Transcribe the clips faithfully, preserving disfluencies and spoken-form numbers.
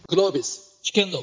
グロービス試験録。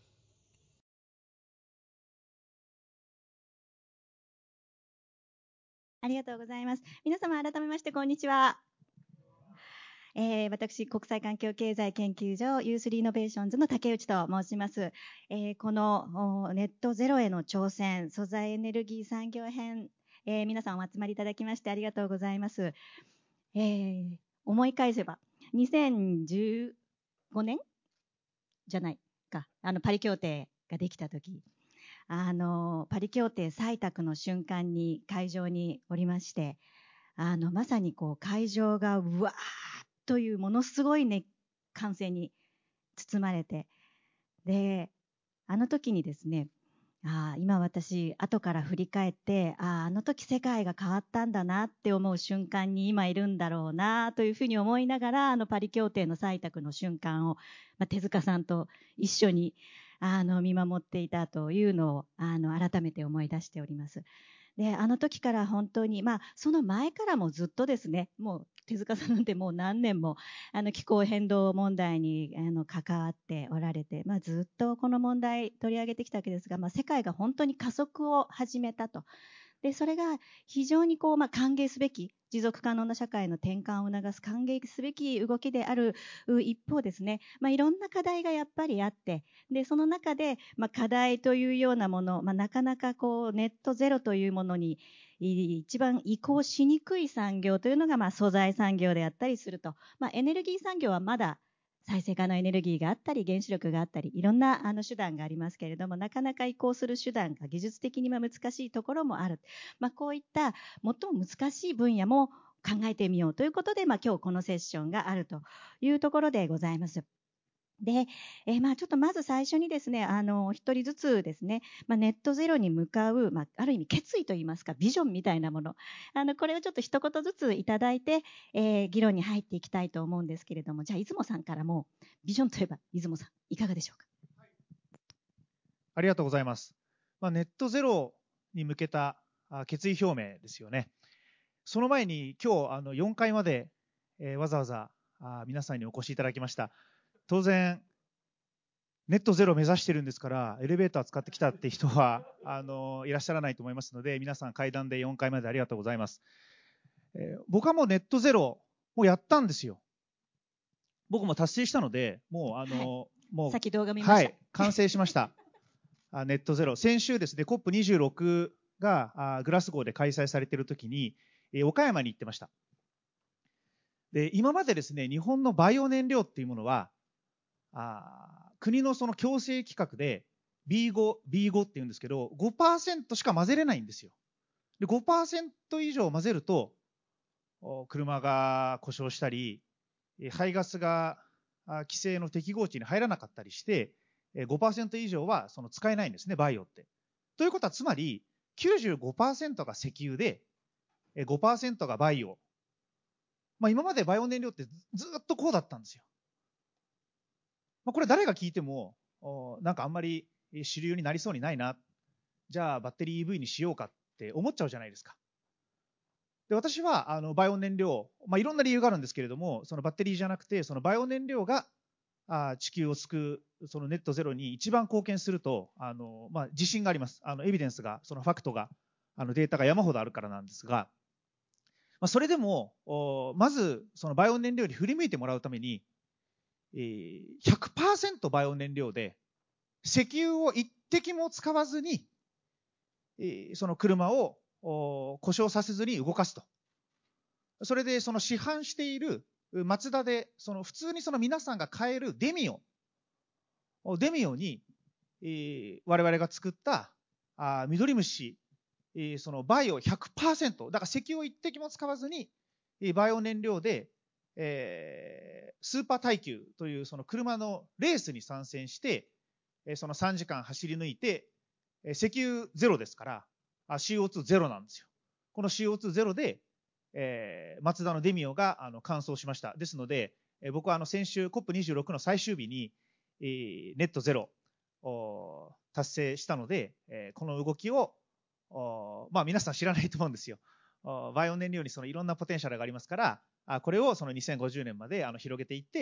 ありがとうございます。皆様改めましてこんにちは。えー、私、国際環境経済研究所ユースリーノベーションズの竹内と申します。えー、このネットゼロへの挑戦、素材エネルギー産業編、えー、皆さんお集まりいただきましてありがとうございます。えー、思い返せば、にせんじゅうごねんじゃないか、あのパリ協定ができたとき、あのパリ協定採択の瞬間に会場におりまして、あのまさにこう会場がうわーっというものすごいね歓声に包まれて、であの時にですね、あ今私後から振り返ってああの時世界が変わったんだなって思う瞬間に今いるんだろうなというふうに思いながら、あのパリ協定の採択の瞬間を、まあ、手塚さんと一緒にあの見守っていたというのをあの改めて思い出しております。であの時から本当に、まあ、その前からもずっとですね、もう手塚さんなんてもう何年もあの気候変動問題にあの関わっておられて、まあ、ずっとこの問題取り上げてきたわけですが、まあ、世界が本当に加速を始めたと。でそれが非常にこう、まあ、歓迎すべき持続可能な社会の転換を促す歓迎すべき動きである一方ですね、まあ、いろんな課題がやっぱりあって、でその中で、まあ、課題というようなもの、まあ、なかなかこうネットゼロというものに一番移行しにくい産業というのが、まあ、素材産業であったりすると、まあ、エネルギー産業はまだ再生可能エネルギーがあったり原子力があったりいろんなあの手段がありますけれども、なかなか移行する手段が技術的には難しいところもある、まあ、こういった最も難しい分野も考えてみようということで、まあ、今日このセッションがあるというところでございます。で、えーまあ、ちょっとまず最初にですね、あの一人ずつですね、まあ、ネットゼロに向かう、まあ、ある意味決意といいますかビジョンみたいなもの、あのこれをちょっと一言ずついただいて、えー議論に入っていきたいと思うんですけれども、じゃあ出雲さんからもビジョンといえば出雲さんいかがでしょうか。 ありがとうございます。まあ、ネットゼロに向けたあ決意表明ですよね。その前に今日あのよんかいまで、えーわざわざあ皆さんにお越しいただきました。当然ネットゼロを目指してるんですからエレベーター使ってきたって人はあのいらっしゃらないと思いますので、皆さん階段でよんかいまでありがとうございます。えー僕はもうネットゼロもうやったんですよ。僕も達成したので、もうあの、 はい、 もうさっき動画見ました。 はい、完成しました。あネットゼロ、先週ですね、コップにじゅうろく があグラスゴーで開催されているときに、えー岡山に行ってました。で、今までですね、日本のバイオ燃料っていうものは、あ国のその強制規格で ビーご、ビーご っていうんですけど、ごパーセント しか混ぜれないんですよ。で、ごパーセント 以上混ぜると、お車が故障したり、えー排ガスがあ規制の適合値に入らなかったりして、えーごパーセント 以上はその使えないんですね、バイオって。ということは、つまり きゅうじゅうごパーセント が石油で、えーごパーセント がバイオ。まあ、今までバイオ燃料ってずっとこうだったんですよ。まあ、これ誰が聞いても、おなんかあんまり主流になりそうにないな。じゃあバッテリー イーブイ にしようかって思っちゃうじゃないですか。で私はあのバイオ燃料、まあ、いろんな理由があるんですけれども、そのバッテリーじゃなくて、そのバイオ燃料があ地球を救う、そのネットゼロに一番貢献すると、あのまあ、自信があります。あのエビデンスが、そのファクトが、あのデータが山ほどあるからなんですが、まあ、それでも、まずそのバイオ燃料に振り向いてもらうために、えー、ひゃくパーセント バイオ燃料で、石油を一滴も使わずに、えー、その車を故障させずに動かすと。それでその市販しているマツダで、その普通にその皆さんが買えるデミオ、デミオに、えー、我々が作ったあミドリムシ、えー、そのバイオ ひゃくパーセント、だから石油を一滴も使わずに、えー、バイオ燃料で、えー、スーパー耐久というその車のレースに参戦して、えー、そのさんじかん走り抜いて、えー、石油ゼロですからあ シーオーツー ゼロなんですよ。この シーオーツー ゼロで、えー、マツダのデミオがあの完走しました。ですので、えー、僕はあの先週 コップにじゅうろく の最終日に、えー、ネットゼロ達成したので、えー、この動きを、まあ、皆さん知らないと思うんですよ。バイオ燃料にそのいろんなポテンシャルがありますから、これをそのにせんごじゅうねんまであの広げていって、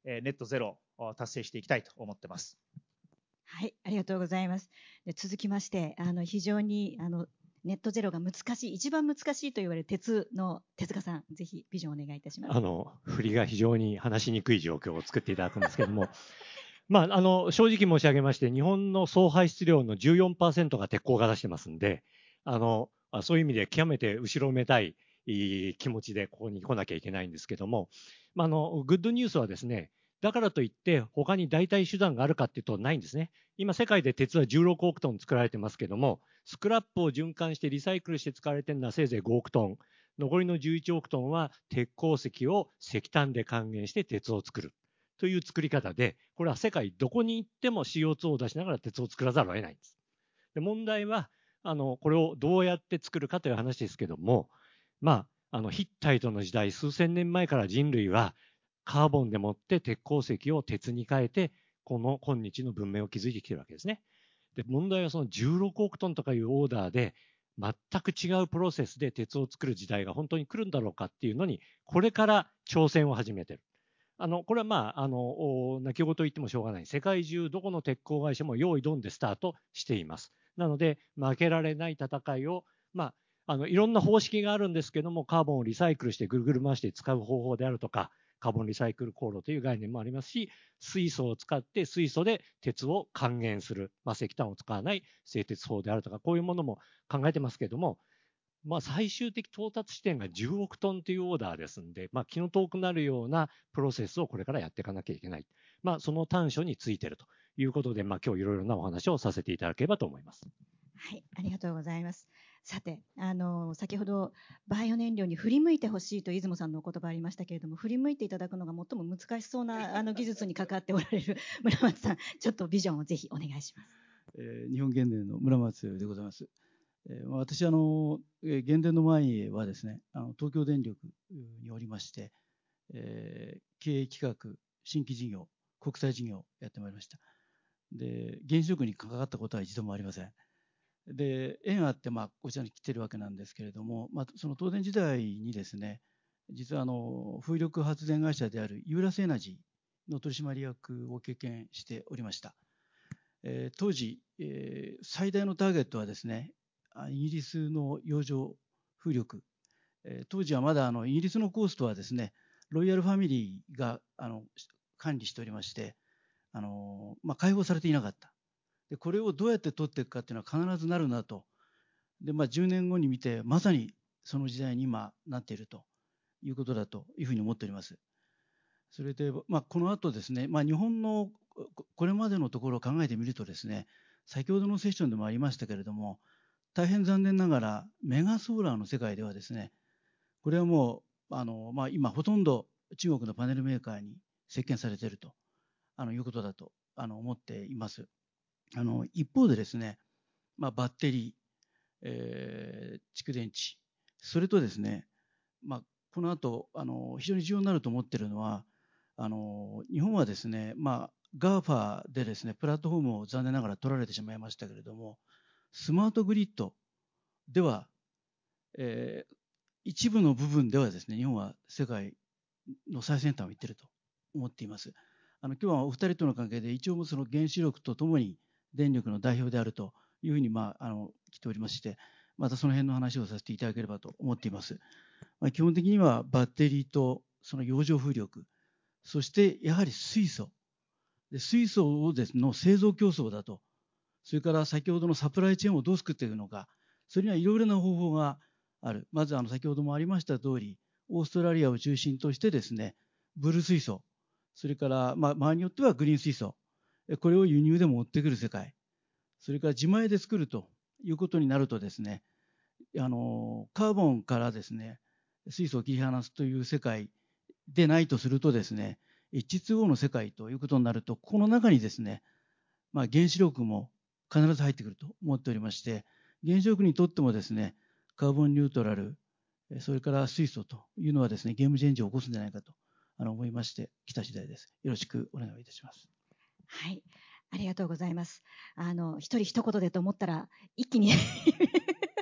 えー、ネットゼロを達成していきたいと思ってます。 はい、ありがとうございます。で続きまして、あの非常にあのネットゼロが難しい、一番難しいと言われる鉄の手塚さん、ぜひビジョンをお願いいたします。 あの振りが非常に話しにくい状況を作っていただくんですけども、まあ、あの正直申し上げまして、日本の総排出量の じゅうよんパーセント が鉄鋼が出してますんで、あのそういう意味で極めて後ろめたい気持ちでここに来なきゃいけないんですけども、まあ、あのグッドニュースはですね、だからといって他に代替手段があるかっていうとないんですね。今世界で鉄はじゅうろくおくトン作られてますけども、スクラップを循環してリサイクルして使われてるのはせいぜいごおくトン、残りのじゅういちおくトンは鉄鉱石を石炭で還元して鉄を作るという作り方で、これは世界どこに行っても シーオーツー を出しながら鉄を作らざるを得ないんです。で問題はあのこれをどうやって作るかという話ですけども、まあ、あのヒッタイトの時代、数千年前から人類はカーボンでもって鉄鉱石を鉄に変えて、この今日の文明を築いてきているわけですね。で問題はそのじゅうろくおくトンとかいうオーダーで全く違うプロセスで鉄を作る時代が本当に来るんだろうかっていうのに、これから挑戦を始めている。あのこれはまああの泣き言言ってもしょうがない。世界中どこの鉄鋼会社も用意ドンでスタートしています。なので負けられない戦いを、まああのいろんな方式があるんですけども、カーボンをリサイクルしてぐるぐる回して使う方法であるとか、カーボンリサイクル航路という概念もありますし、水素を使って水素で鉄を還元する、まあ、石炭を使わない製鉄法であるとか、こういうものも考えてますけども、まあ、最終的到達地点がじゅうおくトンというオーダーですので、まあ、気の遠くなるようなプロセスをこれからやっていかなきゃいけない、まあ、その短所についているということで、まあ、今日いろいろなお話をさせていただければと思います。 はい、ありがとうございます。さて、あの先ほどバイオ燃料に振り向いてほしいと出雲さんのお言葉ありましたけれども、振り向いていただくのが最も難しそうなあの技術に関わっておられる村松さん、ちょっとビジョンをぜひお願いします。 えー、日本原電の村松でございます。えー、私あの、えー、原電の前はですね、あの東京電力におりまして、えー、経営企画、新規事業、国際事業をやってまいりました。で、原子力に関わったことは一度もありません。で、縁あって、まあ、こちらに来てるわけなんですけれども、まあ、その東電時代にですね、実はあの風力発電会社であるユーラスエナジーの取締役を経験しておりました。えー、当時、えー、最大のターゲットはですね、イギリスの洋上風力、えー、当時はまだあのイギリスのコーストはですね、ロイヤルファミリーがあの管理しておりまして、あの、まあ、開放されていなかった。でこれをどうやって取っていくかっていうのは必ずなるなと。で、まあ、じゅうねんごに見てまさにその時代に今なっているということだというふうに思っております。それで、まあ、この後ですね、まあ、日本のこれまでのところを考えてみるとですね、先ほどのセッションでもありましたけれども、大変残念ながらメガソーラーの世界ではですね、これはもうあの、まあ、今ほとんど中国のパネルメーカーに席巻されているとあのいうことだとあの思っています。あの一方でですね、まあ、バッテリー、えー、蓄電池、それとですね、まあ、この後あの非常に重要になると思っているのは、あの日本はですね、まあ、ガーファ でですね、プラットフォームを残念ながら取られてしまいましたけれども、スマートグリッドでは、えー、一部の部分ではですね、日本は世界の最先端を行っていると思っています。あの今日はお二人との関係で一応その原子力とともに電力の代表であるというふうに、まあ、あの来ておりまして、またその辺の話をさせていただければと思っています。まあ、基本的にはバッテリーとその洋上風力、そしてやはり水素。で水素をですの製造競争だと。それから先ほどのサプライチェーンをどう作っていくのか。それにはいろいろな方法がある。まずあの先ほどもありました通り、オーストラリアを中心としてですね、ブルー水素、それからまあ場合によってはグリーン水素、これを輸入で持ってくる世界。それから自前で作るということになるとですね、あのカーボンからですね、水素を切り離すという世界でないとするとですね、エイチツーオー の世界ということになると、この中にですね、まあ、原子力も必ず入ってくると思っておりまして、原子力にとってもですね、カーボンニュートラル、それから水素というのはですね、ゲームチェンジを起こすんじゃないかとあの思いまして来た次第です。よろしくお願いいたします。 はい、ありがとうございます。あの一人一言でと思ったら一気に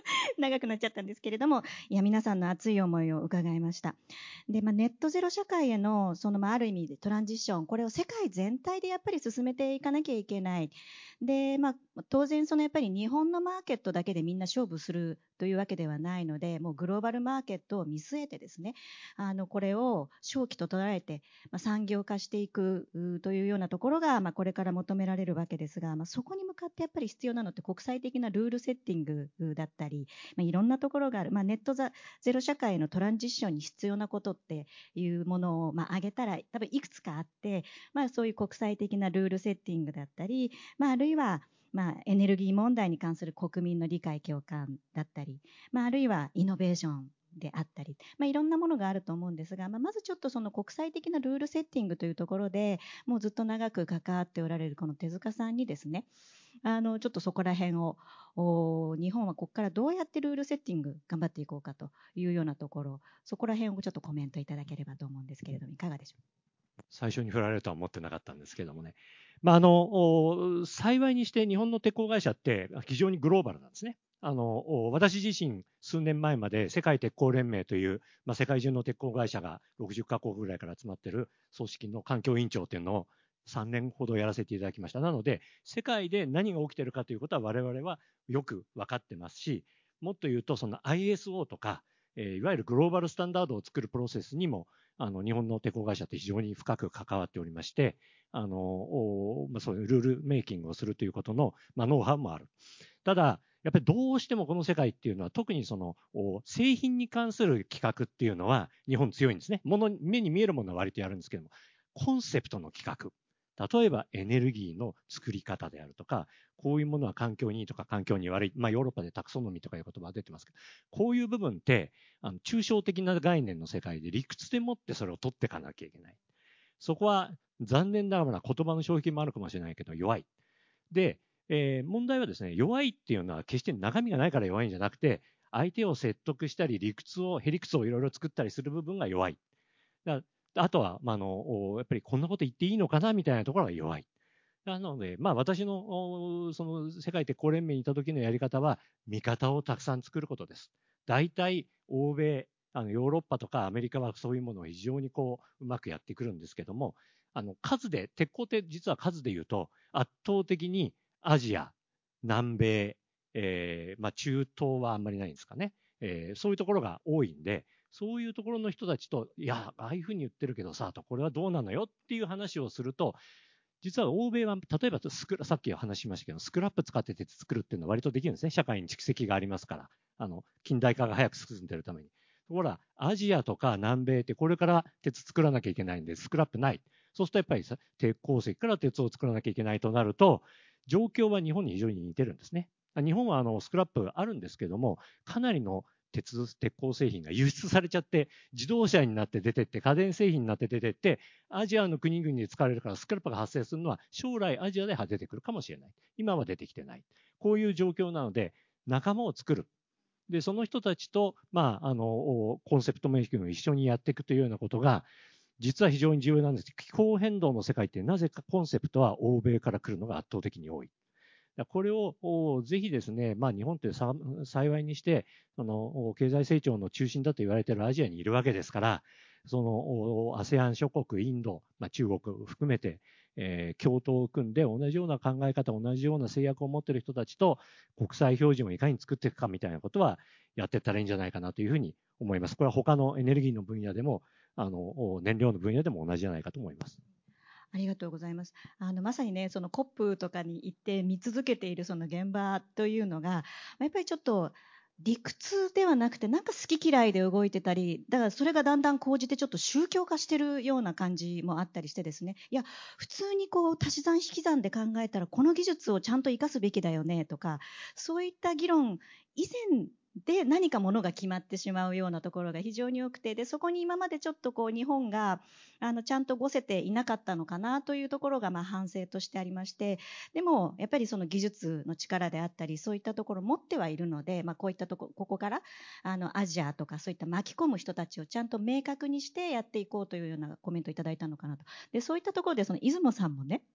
長くなっちゃったんですけれども、いや、皆さんの熱い思いを伺いました。で、まあ、ネットゼロ社会への、その、まあ、ある意味でトランジション、これを世界全体でやっぱり進めていかなきゃいけない。で、まあ、当然、そのやっぱり日本のマーケットだけでみんな勝負するというわけではないので、もうグローバルマーケットを見据えてですね、あの、これを商機と捉えて、まあ、産業化していくというようなところが、まあ、これから求められるわけですが、まあ、そこに向かってやっぱり必要なのって国際的なルールセッティングだったり、まあ、いろんなところがある、まあ、ネットゼロ社会のトランジッションに必要なことっていうものを、まあ、挙げたら多分いくつかあって、まあ、そういう国際的なルールセッティングだったり、まあ、あるいはまあ、エネルギー問題に関する国民の理解共感だったり、まあ、あるいはイノベーションであったり、まあ、いろんなものがあると思うんですが、まあ、まずちょっとその国際的なルールセッティングというところでもうずっと長く関わっておられるこの手塚さんにですね、あのちょっとそこら辺を日本はここからどうやってルールセッティング頑張っていこうかというようなところ、そこら辺をちょっとコメントいただければと思うんですけれども、いかがでしょう。 最初に振られるとは思ってなかったんですけどもね、まあ、あの幸いにして日本の鉄鋼会社って非常にグローバルなんですね。あの私自身数年前まで世界鉄鋼連盟という、まあ、世界中の鉄鋼会社がろくじゅっカ国ぐらいから集まっている組織の環境委員長というのをさんねんほどやらせていただきました。なので世界で何が起きているかということは我々はよく分かってますし、もっと言うとその アイエスオー とか、えー、いわゆるグローバルスタンダードを作るプロセスにもあの日本の鉄鋼会社って非常に深く関わっておりまして、あのまあ、そういうルールメイキングをするということの、まあ、ノウハウもある。ただやっぱりどうしてもこの世界っていうのは特にその製品に関する企画っていうのは日本強いんですね。もの目に見えるものは割とやるんですけども、コンセプトの企画、例えばエネルギーの作り方であるとか、こういうものは環境にいいとか環境に悪い、まあ、ヨーロッパでタクソノミとかいう言葉が出てますけど、こういう部分ってあの抽象的な概念の世界で理屈でもってそれを取っていかなきゃいけない。そこは残念ながら言葉の消費もあるかもしれないけど弱い。で、えー、問題はですね、弱いっていうのは決して中身がないから弱いんじゃなくて、相手を説得したり理屈をへりくつをいろいろ作ったりする部分が弱い。だあとは、まあ、あのやっぱりこんなこと言っていいのかなみたいなところが弱い。なので、まあ、私のその世界鉄鋼連盟にいた時のやり方は味方をたくさん作ることです。大体欧米、あのヨーロッパとかアメリカはそういうものを非常にこううまくやってくるんですけども、あの数で鉄鋼って実は数で言うと圧倒的にアジア、南米、えーまあ、中東はあんまりないんですかね、えー、そういうところが多いんで、そういうところの人たちと、いや、ああいうふうに言ってるけどさ、とこれはどうなのよっていう話をすると、実は欧米は例えばスクさっき話しましたけど、スクラップ使って鉄作るっていうのは割とできるんですね。社会に蓄積がありますから、あの近代化が早く進んでいるために。ところがアジアとか南米ってこれから鉄作らなきゃいけないんでスクラップない。そうするとやっぱり鉄鉱石から鉄を作らなきゃいけないとなると、状況は日本に非常に似てるんですね。日本はあのスクラップあるんですけども、かなりの鉄鉄鋼製品が輸出されちゃって、自動車になって出てって、家電製品になって出てって、アジアの国々で使われるからスクラップが発生するのは将来アジアで出てくるかもしれない。今は出てきてない。こういう状況なので、仲間を作る。で、その人たちと、まあ、あの、コンセプトメイキングを一緒にやっていくというようなことが、実は非常に重要なんです。気候変動の世界ってなぜかコンセプトは欧米から来るのが圧倒的に多い。これをぜひですね、まあ、日本って幸いにしてその経済成長の中心だと言われているアジアにいるわけですから、その アセアン 諸国、インド、まあ、中国含めて、えー、共闘を組んで同じような考え方、同じような制約を持っている人たちと国際標準をいかに作っていくかみたいなことはやっていったらいいんじゃないかなというふうに思います。これは他のエネルギーの分野でもあの燃料の分野でも同じじゃないかと思います。 ありがとうございます。あのまさにね、その コップ とかに行って見続けているその現場というのが、やっぱりちょっと理屈ではなくて、なんか好き嫌いで動いてたり、だからそれがだんだん講じてちょっと宗教化してるような感じもあったりしてですね、いや普通にこう足し算引き算で考えたらこの技術をちゃんと生かすべきだよねとか、そういった議論以前で何かものが決まってしまうようなところが非常に多くて、でそこに今までちょっとこう日本があのちゃんとごせていなかったのかなというところがまあ反省としてありまして、でもやっぱりその技術の力であったりそういったところを持ってはいるので、まあ、こういったとこここからあのアジアとかそういった巻き込む人たちをちゃんと明確にしてやっていこうというようなコメントをいただいたのかなと。でそういったところでその出雲さんもね、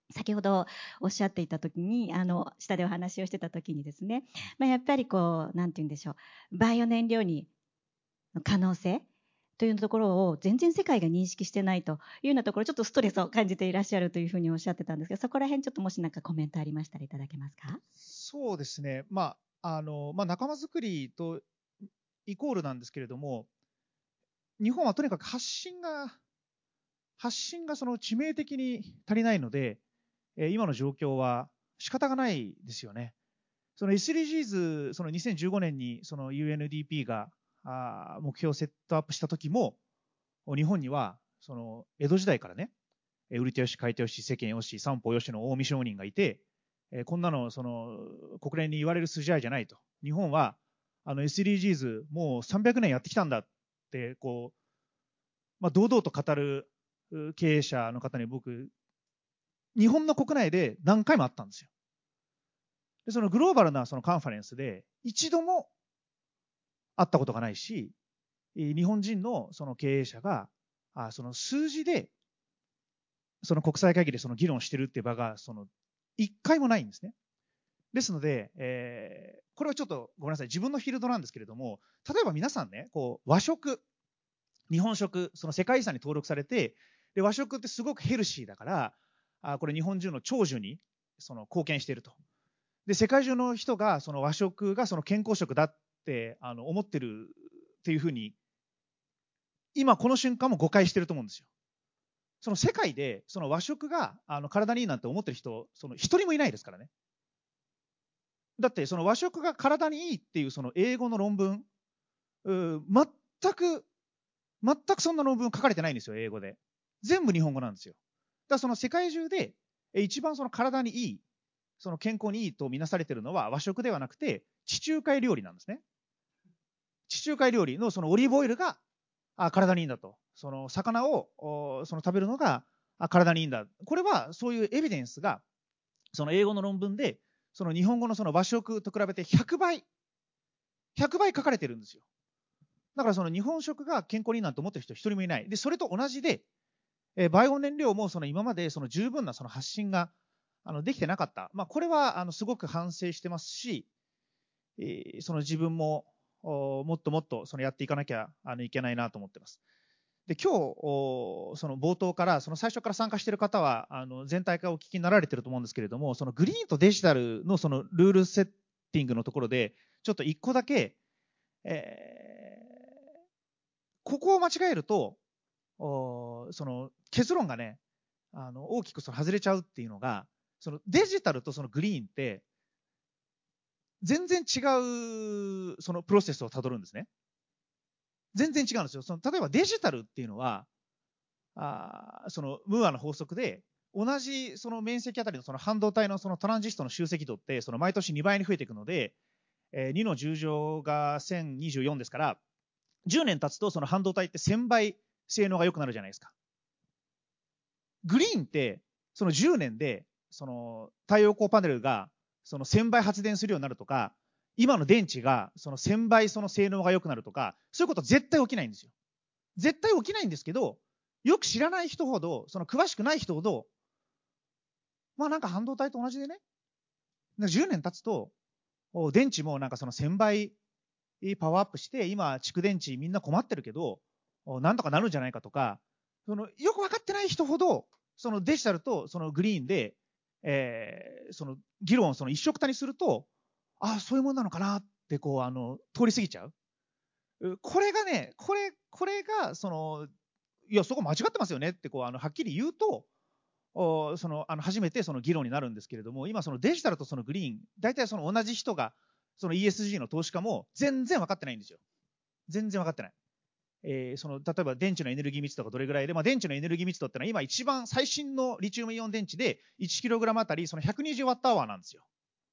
先ほどおっしゃっていたときに、あの、下でお話をしてたときにですね、まあ、やっぱりこう、なんて言うんでしょう、バイオ燃料にの可能性というところを全然世界が認識してないというようなところ、ちょっとストレスを感じていらっしゃるというふうにおっしゃってたんですけど、そこら辺ちょっともしなんかコメントありましたらいただけますか？ そうですね。まあ、あの、まあ、仲間づくりとイコールなんですけれども、日本はとにかく発信が、発信がその致命的に足りないので、えー今の状況は仕方がないですよね。その エスディージーズ、そのにせんじゅうごねんにその ユーエヌディーピー があー目標をセットアップした時も、日本にはその江戸時代からね、えー売り手よし、買い手よし、世間よし、三方よしの近江商人がいて、えーこんなのその国連に言われる筋合いじゃないと。日本はあの エスディージーズ もうさんびゃくねんやってきたんだってこう、まあ、堂々と語るう経営者の方に僕、日本の国内で何回も会ったんですよ。でそのグローバルなそのカンファレンスで一度も会ったことがないし、日本人のその経営者があその数字でその国際会議でその議論してるっていう場がその一回もないんですね。ですので、えーこれはちょっとごめんなさい、自分のフィールドなんですけれども、例えば皆さんね、こう和食、日本食、その世界遺産に登録されて、で和食ってすごくヘルシーだから、あこれ日本中の長寿にその貢献していると。で世界中の人がその和食がその健康食だってあの思ってるっていうふうに、今この瞬間も誤解してると思うんですよ。その世界でその和食があの体にいいなんて思ってる人、その一人もいないですからね。だってその和食が体にいいっていうその英語の論文、う全く全くそんな論文書かれてないんですよ、英語で。全部日本語なんですよ。だからその世界中で一番その体にいい、その健康にいいとみなされているのは和食ではなくて地中海料理なんですね。地中海料理のそのオリーブオイルがあ体にいいんだと。その魚をその食べるのがあ体にいいんだ。これはそういうエビデンスがその英語の論文でその日本語のその和食と比べてひゃくばい、ひゃくばい書かれてるんですよ。だからその日本食が健康にいいなんて思ってる人一人もいない。で、それと同じで、えーバイオ燃料もその今までその十分なその発信があのできてなかった。まあ、これはあのすごく反省してますし、えーその自分ももっともっとそのやっていかなきゃあのいけないなと思ってます。で今日その冒頭からその最初から参加している方はあの全体会をお聞きになられていると思うんですけれども、そのグリーンとデジタルのそのルールセッティングのところでちょっと一個だけ、えーここを間違えるとその結論がねあの大きくその外れちゃうっていうのが、そのデジタルとそのグリーンって全然違うそのプロセスをたどるんですね。全然違うんですよ。その例えばデジタルっていうのはあそのムーアの法則で同じその面積あたりのその半導体のそのトランジストの集積度ってその毎年にばいに増えていくので、えー、にのじゅう乗がせんにじゅうよんですから、じゅうねん経つとその半導体ってせんばい性能が良くなるじゃないですか。グリーンってそのじゅうねんでその太陽光パネルがそのせんばい発電するようになるとか、今の電池がそのせんばいその性能が良くなるとか、そういうこと絶対起きないんですよ。絶対起きないんですけど、よく知らない人ほど、その詳しくない人ほど、まあなんか半導体と同じでね、じゅうねん経つと電池もなんかそのせんばいパワーアップして、今蓄電池みんな困ってるけどなんとかなるんじゃないかとか、そのよく分かってない人ほどそのデジタルとそのグリーンで、えー、その議論をその一緒くたにすると、ああそういうもんなのかなってこうあの通り過ぎちゃう。これがね、これこれがそのいやそこ間違ってますよねってこうあのはっきり言うと、おそのあの初めてその議論になるんですけれども、今そのデジタルとそのグリーン、大体その同じ人がその イーエスジー の投資家も全然分かってないんですよ。全然分かってない。えー、その例えば電池のエネルギー密度がどれぐらいで、まあ、電池のエネルギー密度ってのは今一番最新のリチウムイオン電池で いちキログラム あたりその ひゃくにじゅうワットアワーなんですよ。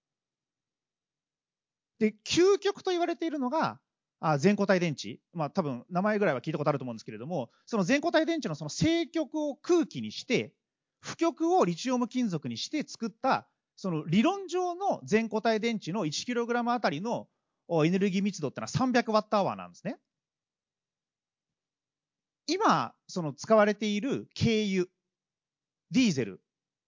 で究極と言われているのがあ全固体電池、まあ多分名前ぐらいは聞いたことあると思うんですけれども、その全固体電池のその正極を空気にして負極をリチウム金属にして作ったその理論上の全固体電池の いちキログラム あたりのエネルギー密度ってのは さんびゃくワットアワーなんですね。今その使われている軽油、ディーゼル、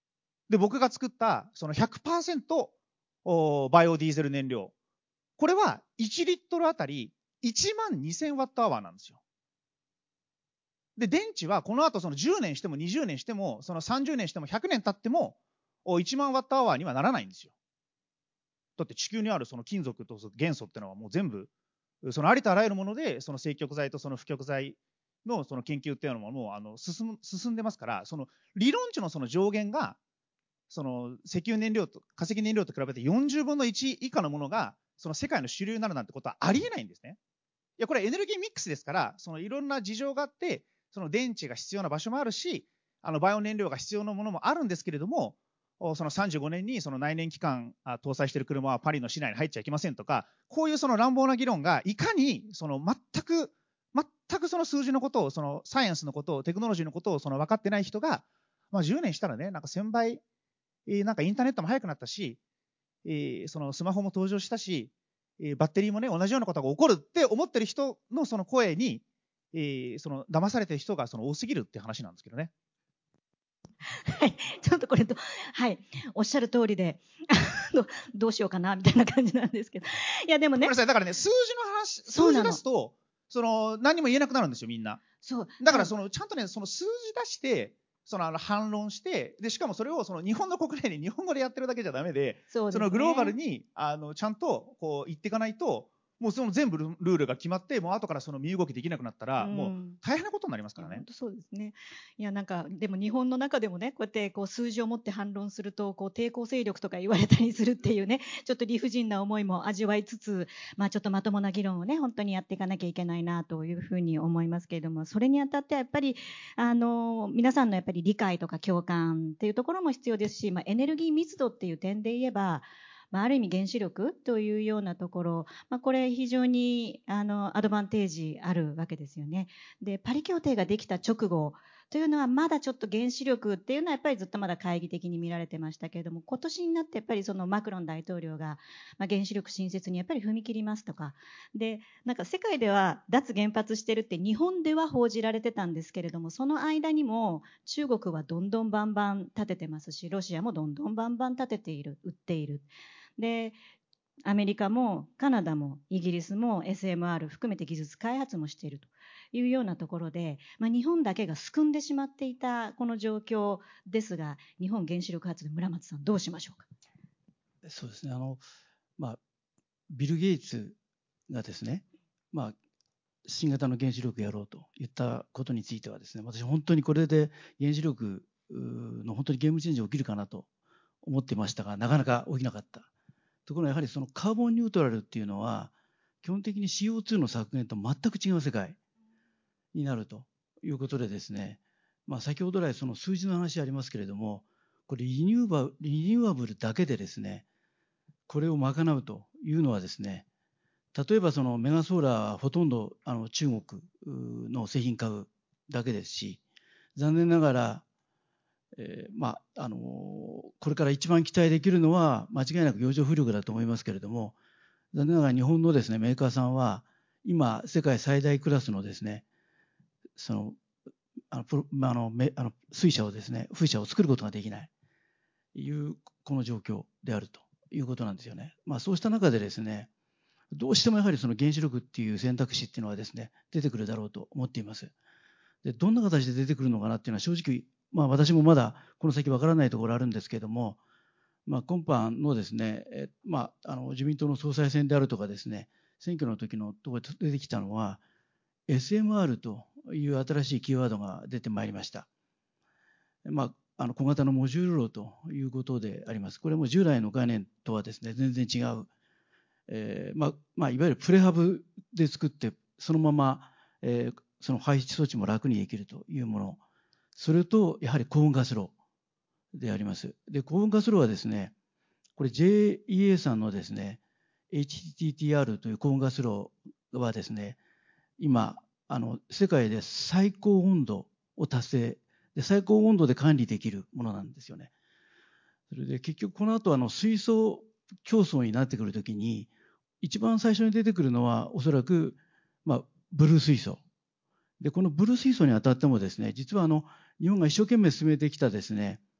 で、僕が作ったその ひゃくパーセント バイオディーゼル燃料。これはいちリットルあたりいちまんにせんワットアワーなんですよ。で、電池はこの後そのじゅうねんしてもにじゅうねんしても、そのさんじゅうねんしてもひゃくねん経ってもいちまんワットアワーにはならないんですよ。だって地球にあるその金属と元素っていうのはもう全部、そのありとあらゆるもので、その正極材とその不極材のその研究っていうのももうあの進む進んでますから、その理論値のその上限が、その石油燃料と化石燃料と比べてよんじゅうぶんのいち以下のものがその世界の主流になるなんてことはありえないんですね。いや、これはエネルギーミックスですから、そのいろんな事情があって、その電池が必要な場所もあるし、あのバイオ燃料が必要なものもあるんですけれども、そのさんじゅうごねんにその内燃機関搭載している車はパリの市内に入っちゃいけませんとか、こういうその乱暴な議論がいかにその全く全くその数字のことを、そのサイエンスのことを、テクノロジーのことをその分かってない人が、まあ、じゅうねんしたらね、なんかせんばい、なんかインターネットも速くなったし、そのスマホも登場したし、バッテリーもね、同じようなことが起こるって思ってる人のその声に、その騙されてる人がその多すぎるって話なんですけどね。 はい、ちょっとこれと、はい、おっしゃる通りで、どうしようかなみたいな感じなんですけど、いやでもね、 ごめんなさい、だからね、数字の話、数字出すと、その何も言えなくなるんですよ、みんな。 そうだからそのちゃんとね、その数字出して、そのあの反論して、でしかもそれをその日本の国内に日本語でやってるだけじゃダメで、 そうですね、 そのグローバルにあのちゃんとこう言っていかないと、もうその全部ルールが決まって、もう後からその身動きできなくなったら、 うん、 もう大変なことになりますからね。 本当そうですね。いやなんかでも日本の中でもね、こうやってこう数字を持って反論するとこう抵抗勢力とか言われたりするっていうね、ちょっと理不尽な思いも味わいつつ、まあちょっとまともな議論をね本当にやっていかなきゃいけないなというふうに思いますけれども、それにあたってはやっぱりあの皆さんのやっぱり理解とか共感っていうところも必要ですし、まあ、エネルギー密度っていう点で言えば。まあ、ある意味原子力というようなところ、まあ、これ非常にあのアドバンテージあるわけですよね。でパリ協定ができた直後というのはまだちょっと原子力っていうのはやっぱりずっとまだ懐疑的に見られてましたけれども、今年になってやっぱりそのマクロン大統領が、まあ、原子力新設にやっぱり踏み切りますとかで、なんか世界では脱原発してるって日本では報じられてたんですけれども、その間にも中国はどんどんバンバン立ててますし、ロシアもどんどんバンバン立てている、売っている。でアメリカもカナダもイギリスも エスエムアール 含めて技術開発もしているというようなところで、まあ、日本だけがすくんでしまっていたこの状況ですが、日本原子力発電、村松さんどうしましょうか。 そうですね、あの、まあ、ビル・ゲイツがですね、まあ、新型の原子力やろうと言ったことについてはですね、私本当にこれで原子力の本当にゲームチェンジ起きるかなと思ってましたが、なかなか起きなかった。ところがやはりそのカーボンニュートラルっていうのは基本的に シーオーツー の削減と全く違う世界になるということでですね、まあ、先ほど来その数字の話ありますけれども、これリニューバリニューアブルだけでですね、これを賄うというのはですね、例えばそのメガソーラーはほとんどあの中国の製品買うだけですし、残念ながらえーまああのー、これから一番期待できるのは間違いなく洋上風力だと思いますけれども、残念ながら日本のですねメーカーさんは今世界最大クラスのですねそのあのプロあのめあの水車をですね風車を作ることができないというこの状況であるということなんですよね。まあ、そうした中でですね、どうしてもやはりその原子力っていう選択肢っていうのはですね出てくるだろうと思っています。でどんな形で出てくるのかなっていうのは正直まあ、私もまだこの先わからないところあるんですけれども、まあ、今般のですね、えまあ、あの自民党の総裁選であるとかですね、選挙の時のところで出てきたのは エスエムアール という新しいキーワードが出てまいりました。まあ、あの小型のモジュール炉ということであります。これも従来の概念とはですね全然違う、えーまあまあ、いわゆるプレハブで作ってそのまま、えー、その排出装置も楽にできるというもの。それとやはり高温ガス炉であります。で、高温ガス炉はですね、これ ジェイイーエー さんのですね、エイチティーティーアール という高温ガス炉はですね、今、あの世界で最高温度を達成で、最高温度で管理できるものなんですよね。それで結局この後あの水素競争になってくるときに、一番最初に出てくるのはおそらく、まあ、ブルー水素。で、このブルー水素にあたってもですね、実はあの日本が一生懸命進めてきたですね、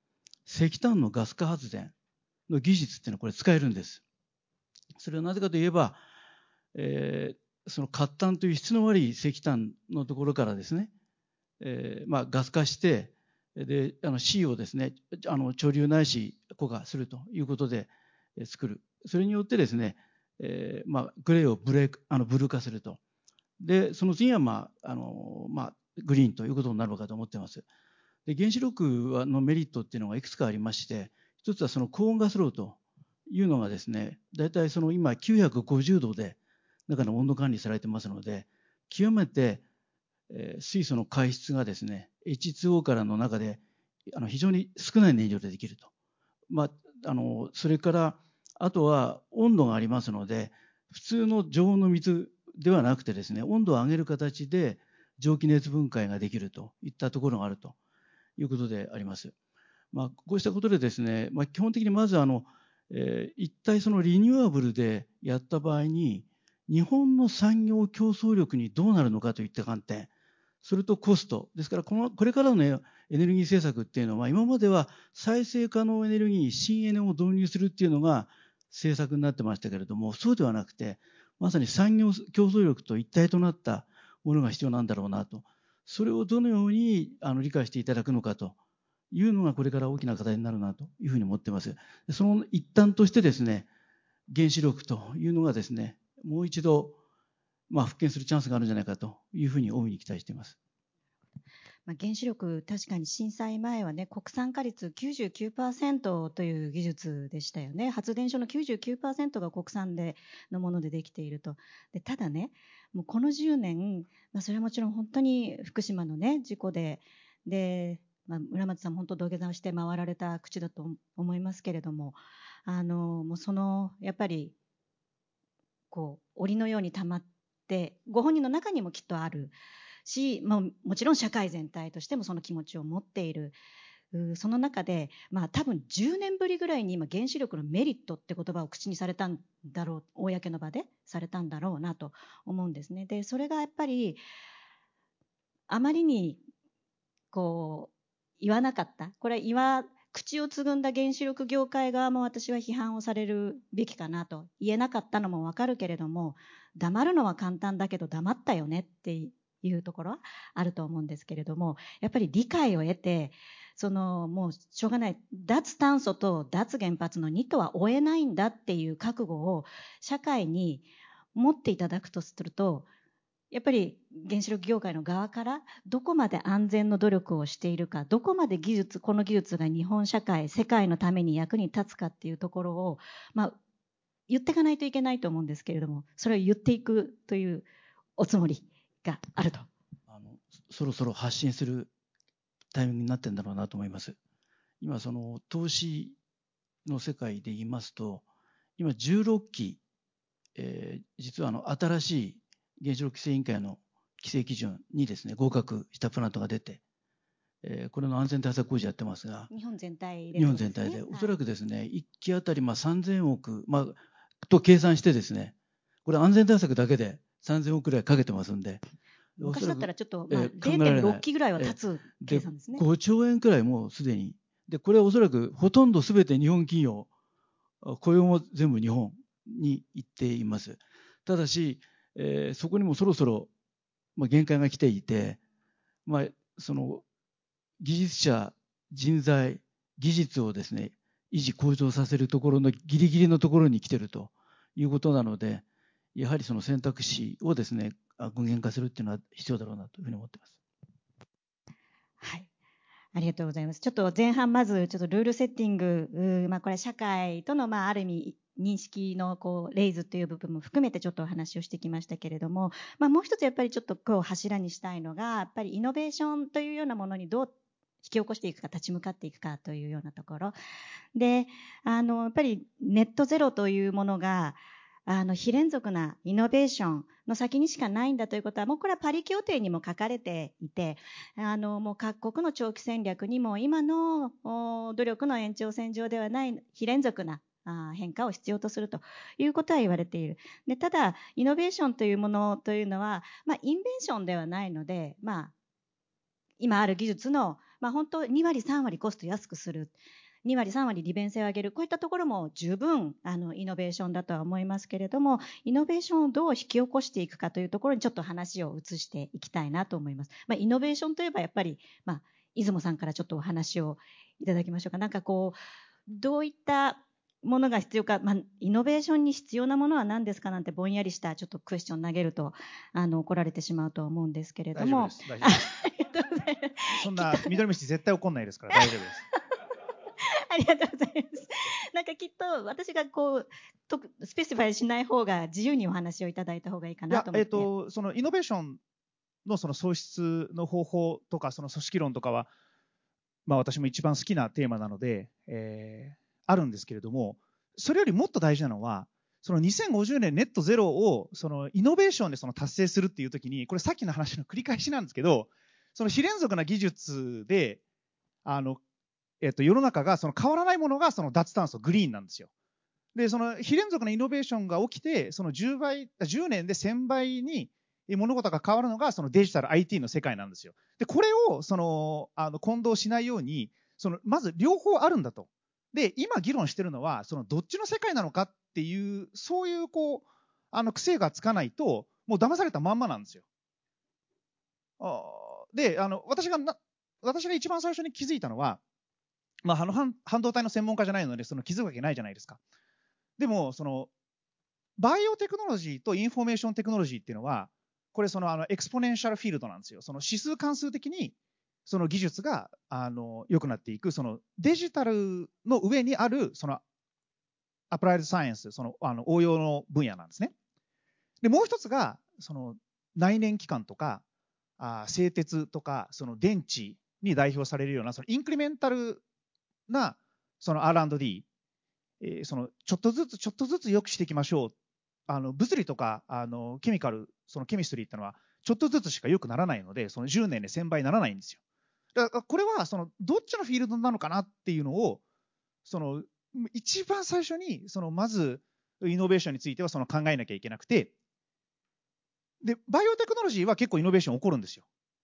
石炭のガス化発電の技術っていうのはこれ使えるんです。それはなぜかといえば、えー、その褐炭という質の悪い石炭のところからですね、えーまあ、ガス化して、であの C をですね、あの貯留ないし固化するということで作る。それによってですね、えーまあ、グレーをブレークあのブルー化すると。でその次は、まああのまあ、グリーンということになるのかと思っています。で原子力のメリットっていうのがいくつかありまして、一つはその高温ガス炉というのがですね、大体その今きゅうひゃくごじゅうどで中の温度管理されてますので、極めて、えー、水素の排出がですね エイチツーオー からの中であの非常に少ない燃料でできると。まあ、あのそれからあとは温度がありますので、普通の常温の水ではなくてですね、温度を上げる形で蒸気熱分解ができるといったところがあるということであります。まあ、こうしたことでですね、まあ、基本的にまずあの、えー、一体そのリニューアブルでやった場合に日本の産業競争力にどうなるのかといった観点、それとコストですから、このこれからのエネルギー政策っていうのは、今までは再生可能エネルギー新エネを導入するっていうのが政策になってましたけれども、そうではなくてまさに産業競争力と一体となったものが必要なんだろうなと。それをどのようにあの理解していただくのかというのがこれから大きな課題になるなというふうに思っています。その一端としてですね、原子力というのがですね、もう一度まあ復権するチャンスがあるんじゃないかというふうに大いに期待しています。 まあ、原子力、確かに震災前はね、国産化率 きゅうじゅうきゅうパーセント という技術でしたよね。発電所の きゅうじゅうきゅうパーセント が国産でのものでできていると。でただね、もうこのじゅうねん、まあ、それはもちろん本当に福島のね事故で、で、まあ、村松さんも本当土下座をして回られた口だと思いますけれども、あのもうそのやっぱりこう檻のように溜まってご本人の中にもきっとあるし、まあ、もちろん社会全体としてもその気持ちを持っている。その中で、まあ、多分じゅうねんぶりぐらいに今原子力のメリットって言葉を口にされたんだろう、公の場でされたんだろうなと思うんですね。でそれがやっぱりあまりにこう言わなかった、これは言わ口をつぐんだ原子力業界側も私は批判をされるべきかなと。言えなかったのも分かるけれども、黙るのは簡単だけど黙ったよねっていうところはあると思うんですけれども、やっぱり理解を得て、そのもうしょうがない、脱炭素と脱原発のにとは追えないんだっていう覚悟を社会に持っていただくとすると、やっぱり原子力業界の側からどこまで安全の努力をしているか、どこまで技術この技術が日本社会世界のために役に立つかっていうところを、まあ、言っていかないといけないと思うんですけれども、それを言っていくというおつもりがあると。 あのそろそろ発信するタイミングになってるんだろうなと思います。今その投資の世界で言いますと、今じゅうろっき、えー、実はあの新しい原子力規制委員会の規制基準にですね合格したプラントが出て、えー、これの安全対策工事やってますが、 日本全体で、ね、 日本全体で、おそらくですね、はい、いっきあたりまあさんぜんおく、まあ、と計算してですね、これ安全対策だけでさんぜんおくくらいかけてますんで、 昔だったらちょっと、まあ、れいてんろっきぐらいは経つ計算ですね。 ごちょうえんくらいもうすでに。で、これはおそらくほとんどすべて日本企業、雇用も全部日本に行っています。ただし、えー、そこにもそろそろ、まあ、限界が来ていて、まあ、その技術者、人材、技術をですね、維持向上させるところのギリギリのところに来ているということなので、やはりその選択肢をですね、具現化するっていうのは必要だろうなというふうに思っています。 はい。ありがとうございます。ちょっと前半まずちょっとルールセッティング、まあこれ社会とのまあある意味認識のこうレイズという部分も含めてちょっとお話をしてきましたけれども、まあもう一つやっぱりちょっとこう柱にしたいのが、やっぱりイノベーションというようなものにどう引き起こしていくか、立ち向かっていくかというようなところで、あのやっぱりネットゼロというものがあの非連続なイノベーションの先にしかないんだということは、もうこれはパリ協定にも書かれていて、あのもう各国の長期戦略にも今の努力の延長線上ではない非連続な変化を必要とするということは言われている。でただイノベーションというものというのは、まあ、インベンションではないので、まあ、今ある技術の、まあ、本当にわりさんわりコスト安くする。 に割さん割利便性を上げる、こういったところも十分あのイノベーションだとは思いますけれども、イノベーションをどう引き起こしていくかというところにちょっと話を移していきたいなと思います。まあ、イノベーションといえばやっぱり、まあ、出雲さんからちょっとお話をいただきましょうか。なんかこうどういったものが必要か、まあ、イノベーションに必要なものは何ですかなんてぼんやりしたちょっとクエスチョン投げるとあの怒られてしまうと思うんですけれども。 大丈夫です。大丈夫です。 ありがとうございます。 そんな緑虫絶対怒んないですから大丈夫です。 ありがとうございます。なんかきっと私がこうとスペシファイしない方が自由にお話をいただいた方がいいかなと思って。 いや、えーと、そのイノベーションのその創出の方法とかその組織論とかは、まあ、私も一番好きなテーマなので、えー、あるんですけれども、それよりもっと大事なのはそのにせんごじゅうねんネットゼロをそのイノベーションでその達成するっていうときに、これさっきの話の繰り返しなんですけど、その非連続な技術であの、えっと、世の中がその変わらないものがその脱炭素グリーンなんですよ。でその非連続なイノベーションが起きてそのじゅうばいじゅうねんでせんばいに物事が変わるのがそのデジタル アイティー の世界なんですよ。でこれをそのあの混同しないようにそのまず両方あるんだと。で今議論してるのはそのどっちの世界なのかっていうそういうこうあの癖がつかないともう騙されたまんまなんですよ。あであの私がな私が一番最初に気づいたのは、まあ、あの半半導体の専門家じゃないのでその気づくわけないじゃないですか。でもそのバイオテクノロジーとインフォメーションテクノロジーっていうのはこれそのあのエクスポネンシャルフィールドなんですよ。その指数関数的にその技術があの良くなっていくそのデジタルの上にあるそのアプライドサイエンスそのあの応用の分野なんですね。でもう一つがその内燃機関とかあ製鉄とかその電池に代表されるようなそのインクリメンタルなその アールアンドディー、えー、そのちょっとずつちょっとずつ良くしていきましょう。あの物理とかあのケミカルそのケミストリーっていうのはちょっとずつしか良くならないのでそのじゅうねんでせんばいにならないんですよ。だからこれはそのどっちのフィールドなのかなっていうのをその一番最初にそのまずイノベーションについてはその考えなきゃいけなくて、でバイオテクノロジーは結構イノベーション起こるんですよ。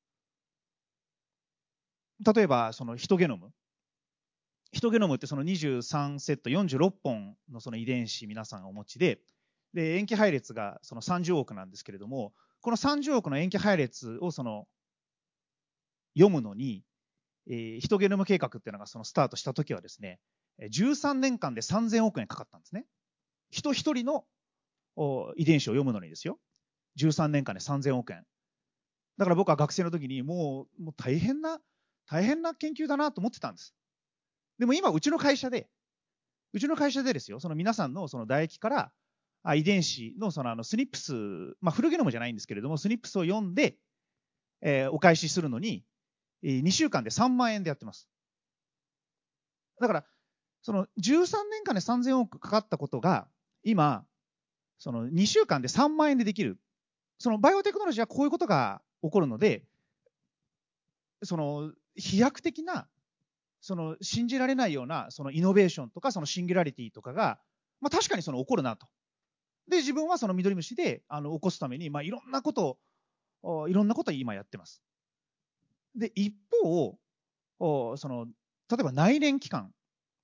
例えばそのヒトゲノムヒトゲノムってそのにじゅうさんセットよんじゅうろっぽんのその遺伝子皆さんお持ちで、で塩基配列がそのさんじゅうおくなんですけれども、このさんじゅうおくの塩基配列をその読むのに、えー、ヒトゲノム計画っていうのがそのスタートした時はですね、じゅうさんねんかんでさんぜんおくえんかかったんですね。人一人の遺伝子を読むのにですよ。じゅうさんねんかんでさんぜんおくえん。だから僕は学生の時にもう、もう大変な大変な研究だなと思ってたんです。でも今うちの会社でうちの会社でですよ、その皆さんのその唾液からあ遺伝子のそのあのスニップス、まあ、フルゲノムじゃないんですけれどもスニップスを読んで、えー、お返しするのに、えー、にしゅうかんでさんまんえんでやってます。だからそのじゅうさんねんかんでさんぜんおくかかったことが今そのにしゅうかんでさんまんえんでできる。そのバイオテクノロジーはこういうことが起こるので、その飛躍的なその信じられないようなそのイノベーションとかそのシンギュラリティとかが、まあ、確かにその起こるなと。で自分はその緑虫であの起こすために、まあ、いろんなことをいろんなことを今やってます。で一方その例えば内燃機関、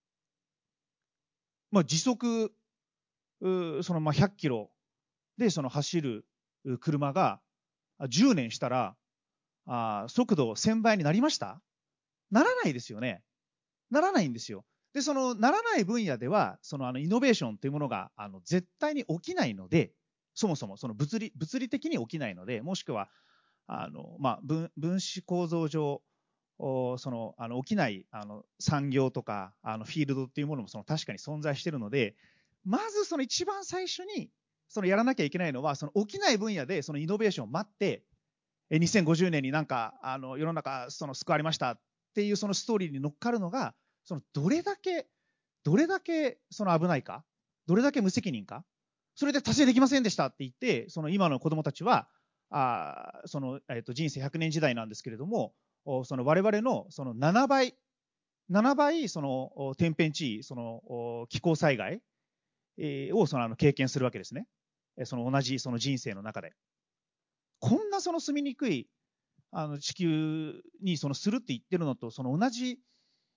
まあ、時速そのまあひゃっキロでその走る車がじゅうねんしたらあ速度せんばいになりました？ならないですよね。ならないんですよ。でそのならない分野ではそのあのイノベーションというものがあの絶対に起きないので、そもそもその物理物理的に起きないので、もしくはあの、まあ、分, 分子構造上そのあの起きないあの産業とかあのフィールドっていうものもその確かに存在しているので、まずその一番最初にそのやらなきゃいけないのはその起きない分野でそのイノベーションを待ってにせんごじゅうねんになんかあの世の中その救われましたっていうそのストーリーに乗っかるのがそのどれだけどれだけその危ないか、どれだけ無責任か、それで達成できませんでしたって言ってその今の子どもたちはあその、えー、と人生ひゃくねん時代なんですけれども、その我々のそのななばいななばいその天変地異その気候災害をそのあの経験するわけですね。その同じその人生の中でこんなその住みにくいあの地球にそのするって言ってるのとその同じ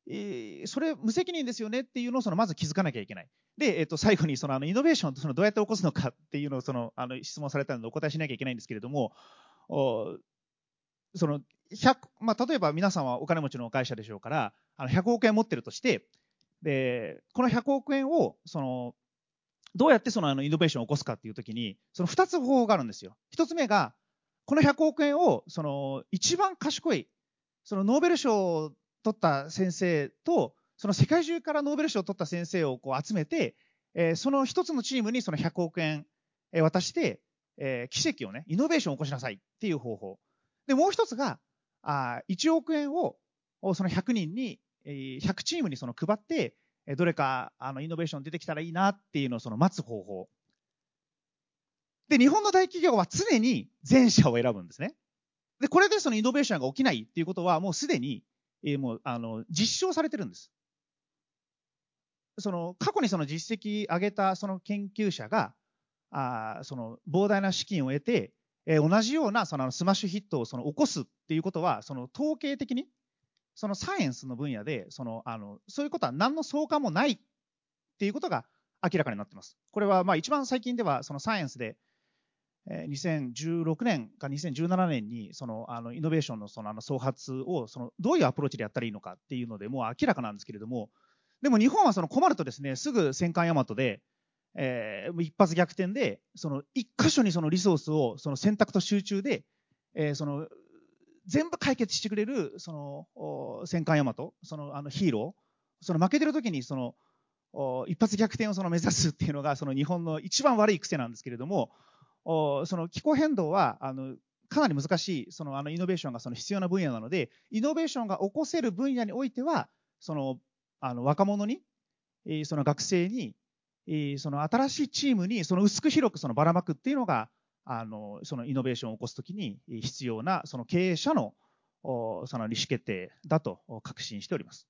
えー、それ無責任ですよねっていうのをそのまず気づかなきゃいけない。で、えっと、最後にそのあのイノベーションとそのどうやって起こすのかっていうのをそのあの質問されたのでお答えしなきゃいけないんですけれども、おそのひゃく、まあ、例えば皆さんはお金持ちの会社でしょうから、あのひゃくおくえん持ってるとして、でこのひゃくおくえんをそのどうやってそのあのイノベーションを起こすかっていうときに、そのふたつ方法があるんですよ。ひとつめが、このひゃくおくえんをその一番賢い、そのノーベル賞を取った先生と、その世界中からノーベル賞を取った先生をこう集めて、えー、その一つのチームにそのひゃくおくえん渡して、えー、奇跡をね、イノベーションを起こしなさいっていう方法。で、もう一つが、あいちおくえんをそのひゃくにんに、ひゃくチームにその配って、どれかあのイノベーション出てきたらいいなっていうのをその待つ方法。で、日本の大企業は常に前者を選ぶんですね。で、これでそのイノベーションが起きないっていうことはもうすでに、えー、もうあの実証されてるんです。その過去にその実績上げたその研究者があその膨大な資金を得て、えー、同じようなそのスマッシュヒットをその起こすっていうことはその統計的にそのサイエンスの分野でそのあのそういうことは何の相関もないっていうことが明らかになっています。これはまあ一番最近ではそのサイエンスでにせんじゅうろくねんかにせんじゅうななねんにそのあのイノベーションのそのあの創発をそのどういうアプローチでやったらいいのかっていうのでもう明らかなんですけれども、でも日本はその困るとですね、すぐ戦艦大和で、えー、一発逆転でその一箇所にそのリソースをその選択と集中で、えー、その全部解決してくれるその戦艦大和、そのあのヒーロー、その負けてる時にその一発逆転をその目指すっていうのがその日本の一番悪い癖なんですけれども、その気候変動はあのかなり難しいそのあのイノベーションがその必要な分野なので、イノベーションが起こせる分野においてはそのあの若者に、その学生に、その新しいチームにその薄く広くそのばらまくっていうのがあのそのイノベーションを起こすときに必要なその経営者のその意思決定だと確信しております。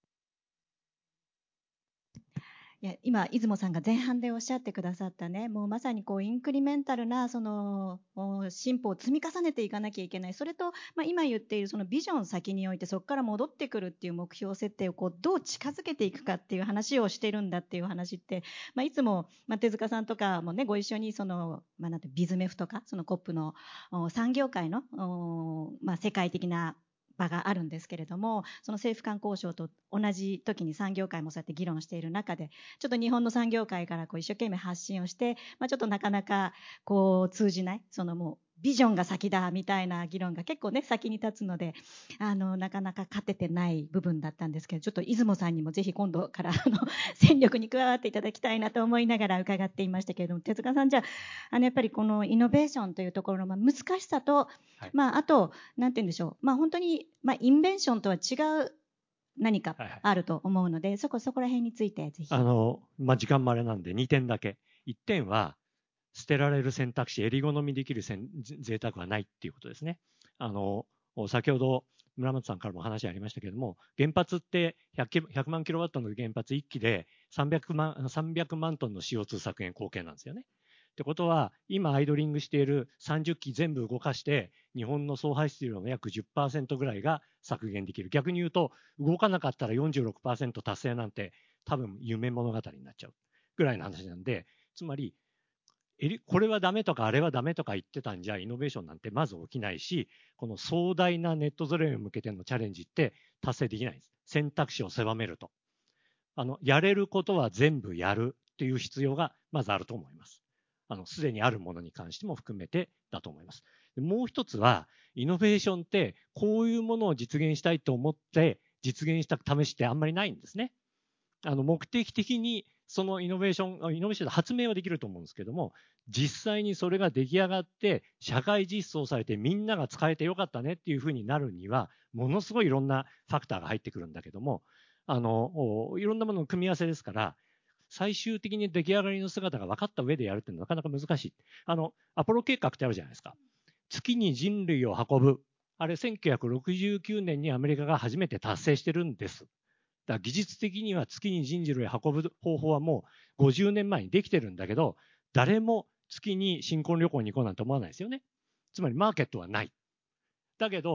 いや今、出雲さんが前半でおっしゃってくださったね、もうまさにこうインクリメンタルなその進歩を積み重ねていかなきゃいけない、それと、まあ、今言っているそのビジョンを先に置いてそこから戻ってくるっていう目標設定をこうどう近づけていくかっていう話をしてるんだっていう話って、まあ、いつも、まあ、手塚さんとかもねご一緒にその、まあ、なんてビズメフとかそのコップの産業界の、まあ、世界的な場があるんですけれども、その政府間交渉と同じ時に産業界もそうやって議論している中で、ちょっと日本の産業界からこう一生懸命発信をして、まあ、ちょっとなかなかこう通じない、そのもうビジョンが先だみたいな議論が結構ね先に立つので、あのなかなか勝ててない部分だったんですけど、ちょっと出雲さんにもぜひ今度からあの戦力に加わっていただきたいなと思いながら伺っていましたけれども、手塚さん、じゃあ、あのやっぱりこのイノベーションというところのまあ難しさと、はい、まあ、あとなんて言うんでしょう、まあ、本当に、まあ、インベンションとは違う何かあると思うので、はいはい、そこそこら辺についてぜひ。 あの、まあ、時間もあれなんでにてんだけ。いってんは捨てられる選択肢、襟好みできる贅沢はないっていうことですね。あの先ほど村松さんからも話ありましたけれども、原発ってひゃくまんキロワットの原発いっきでさんびゃくまん、さんびゃくまんトンの シーオーツー 削減貢献なんですよね。ってことは、今アイドリングしているさんじゅっき全部動かして日本の総排出量の約 じゅっパーセント ぐらいが削減できる。逆に言うと、動かなかったら よんじゅうろくパーセント 達成なんて多分夢物語になっちゃうぐらいの話なんで、つまりこれはダメとかあれはダメとか言ってたんじゃイノベーションなんてまず起きないし、この壮大なネットゼロに向けてのチャレンジって達成できないんです。選択肢を狭めると、あのやれることは全部やるっていう必要がまずあると思います。あのすでにあるものに関しても含めてだと思います。でもう一つは、イノベーションってこういうものを実現したいと思って実現した試しってあんまりないんですね。あの目的的にそのイノベーション、イノベーションで発明はできると思うんですけども、実際にそれが出来上がって社会実装されてみんなが使えてよかったねっていうふうになるには、ものすごいいろんなファクターが入ってくるんだけども、あのいろんなものの組み合わせですから、最終的に出来上がりの姿が分かった上でやるっていうのはなかなか難しい。あのアポロ計画ってあるじゃないですか。月に人類を運ぶ、あれせんきゅうひゃくろくじゅうきゅうねんにアメリカが初めて達成してるんです。だから技術的には月に人類を運ぶ方法はもうごじゅうねんまえにできてるんだけど、誰も月に新婚旅行に行こうなんて思わないですよね。つまりマーケットはない。だけど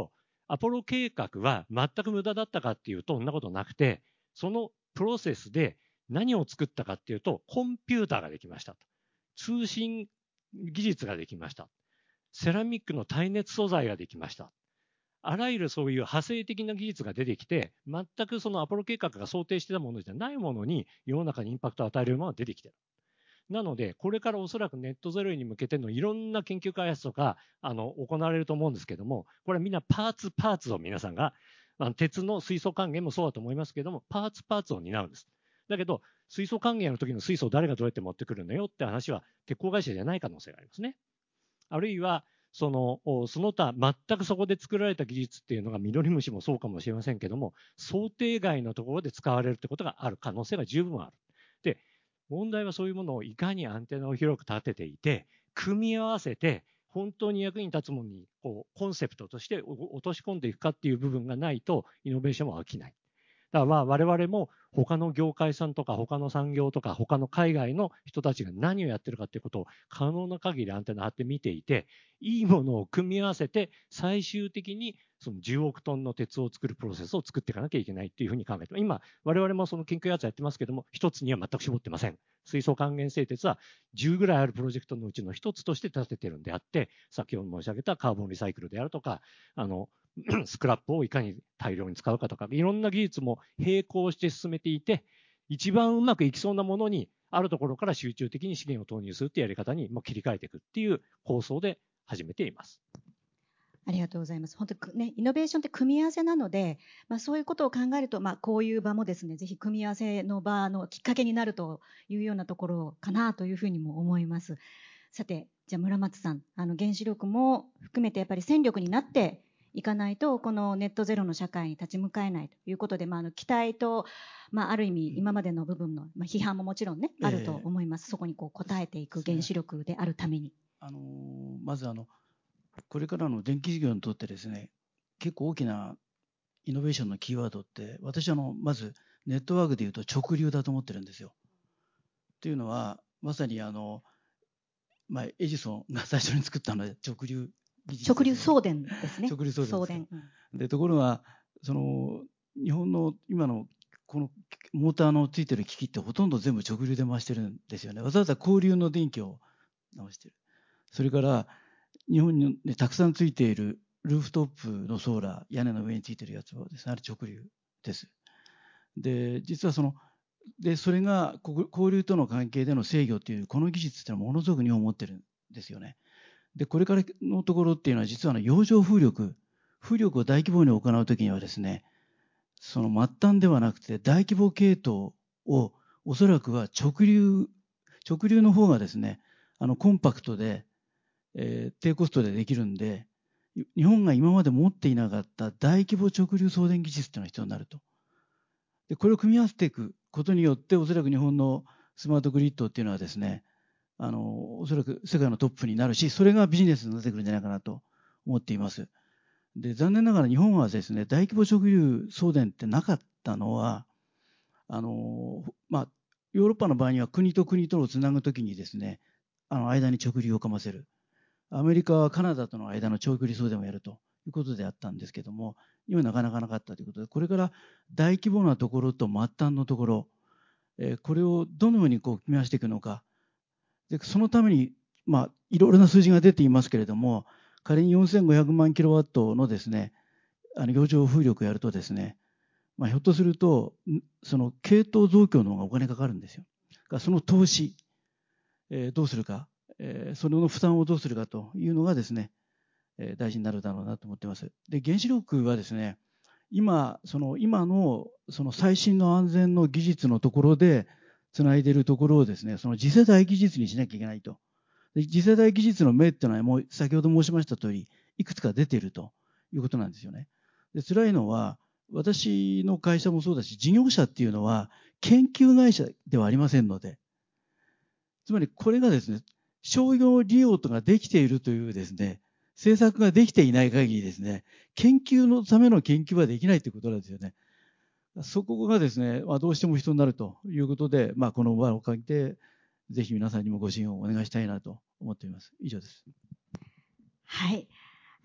アポロ計画は全く無駄だったかっていうと、そんなことなくて、そのプロセスで何を作ったかっていうと、コンピューターができましたと。通信技術ができました。セラミックの耐熱素材ができました。あらゆるそういう派生的な技術が出てきて、全くそのアポロ計画が想定していたものじゃないものに世の中にインパクトを与えるものが出てきている。なので、これからおそらくネットゼロに向けてのいろんな研究開発とかあの行われると思うんですけども、これはみんなパーツパーツを皆さんが、あの鉄の水素還元もそうだと思いますけども、パーツパーツを担うんです。だけど、水素還元の時の水素を誰がどうやって持ってくるのよって話は鉄鋼会社じゃない可能性がありますね。あるいは、そのその他全くそこで作られた技術っていうのがミドリムシもそうかもしれませんけども、想定外のところで使われるってことがある可能性が十分ある。で、問題はそういうものをいかにアンテナを広く立てていて、組み合わせて本当に役に立つものにこうコンセプトとして落とし込んでいくかっていう部分がないとイノベーションは飽きない。だからまあ我々も他の業界さんとか他の産業とか他の海外の人たちが何をやってるかっていうことを可能な限りアンテナ張って見ていて、いいものを組み合わせて最終的にそのじゅうおくトンの鉄を作るプロセスを作っていかなきゃいけないっていうふうに考えてます。今我々もその研究やつやってますけども、一つには全く絞ってません。水素還元製鉄はじゅうぐらいあるプロジェクトのうちの一つとして立ててるんであって、先ほど申し上げたカーボンリサイクルであるとか、あのスクラップをいかに大量に使うかとか、いろんな技術も並行して進めていて、一番うまくいきそうなものにあるところから集中的に資源を投入するっていうやり方にも切り替えていくっていう構想で始めています。 ありがとうございます。本当にね、イノベーションって組み合わせなので、まあ、そういうことを考えると、まあ、こういう場もですね、ぜひ組み合わせの場のきっかけになるというようなところかなというふうにも思います。さて、じゃあ村松さん、あの原子力も含めてやっぱり戦力になっていかないと、このネットゼロの社会に立ち向かえないということで、まあ、あの期待と、まあ、ある意味今までの部分の、まあ、批判ももちろんね、あると思います。そこにこう応えていく原子力であるために。 あのまずあのこれからの電気事業にとってですね、結構大きなイノベーションのキーワードって、私はあのまずネットワークでいうと直流だと思ってるんですよ。というのは、まさにあの、まあ、エジソンが最初に作ったので直流技術、 直流送電ですね。 直流送電送電、 うん、でところがその日本の今のこのモーターのついてる機器ってほとんど全部直流で回してるんですよね。わざわざ交流の電気を直してる。それから日本に、ね、たくさんついているルーフトップのソーラー、屋根の上についているやつはですね、あれ直流です。で、実はその、で、それが交流との関係での制御っていう、この技術っていうのはものすごく日本持ってるんですよね。で、これからのところっていうのは、実はあの洋上風力、風力を大規模に行うときにはですね、その末端ではなくて大規模系統をおそらくは直流、直流の方がですね、あのコンパクトで、えー、低コストでできるんで、日本が今まで持っていなかった大規模直流送電技術というのが必要になると。で、これを組み合わせていくことによって、おそらく日本のスマートグリッドっていうのはですね、あの、おそらく世界のトップになるし、それがビジネスになってくるんじゃないかなと思っています。で、残念ながら日本はですね、大規模直流送電ってなかったのは、あの、まあ、ヨーロッパの場合には国と国とをつなぐときにですね、あの、間に直流をかませる。アメリカはカナダとの間の長距離送電をやるということであったんですけども、今なかなかなかったということで、これから大規模なところと末端のところ、えー、これをどのようにこう組み合わせていくのか。で、そのために、まあ、いろいろな数字が出ていますけれども、仮によんせんごひゃくまんキロワットのですね、あの洋上風力をやるとですね、まあ、ひょっとすると、その系統増強の方がお金かかるんですよ。その投資、えー、どうするか。えー、それの負担をどうするかというのがですね、えー、大事になるだろうなと思っています。で、原子力はですね、今、その今のその最新の安全の技術のところでつないでいるところをですね、その次世代技術にしなきゃいけないと。で、次世代技術の目っていうのはもう先ほど申しました通り、いくつか出ているということなんですよね。で、辛いのは、私の会社もそうだし、事業者っていうのは研究会社ではありませんので、つまりこれがですね、商業利用とかできているというですね、政策ができていない限りですね、研究のための研究はできないということなんですよね。そこがですね、まあ、どうしても必要になるということで、まあ、この場を借りて、ぜひ皆さんにもご支援をお願いしたいなと思っています。以上です。 はい。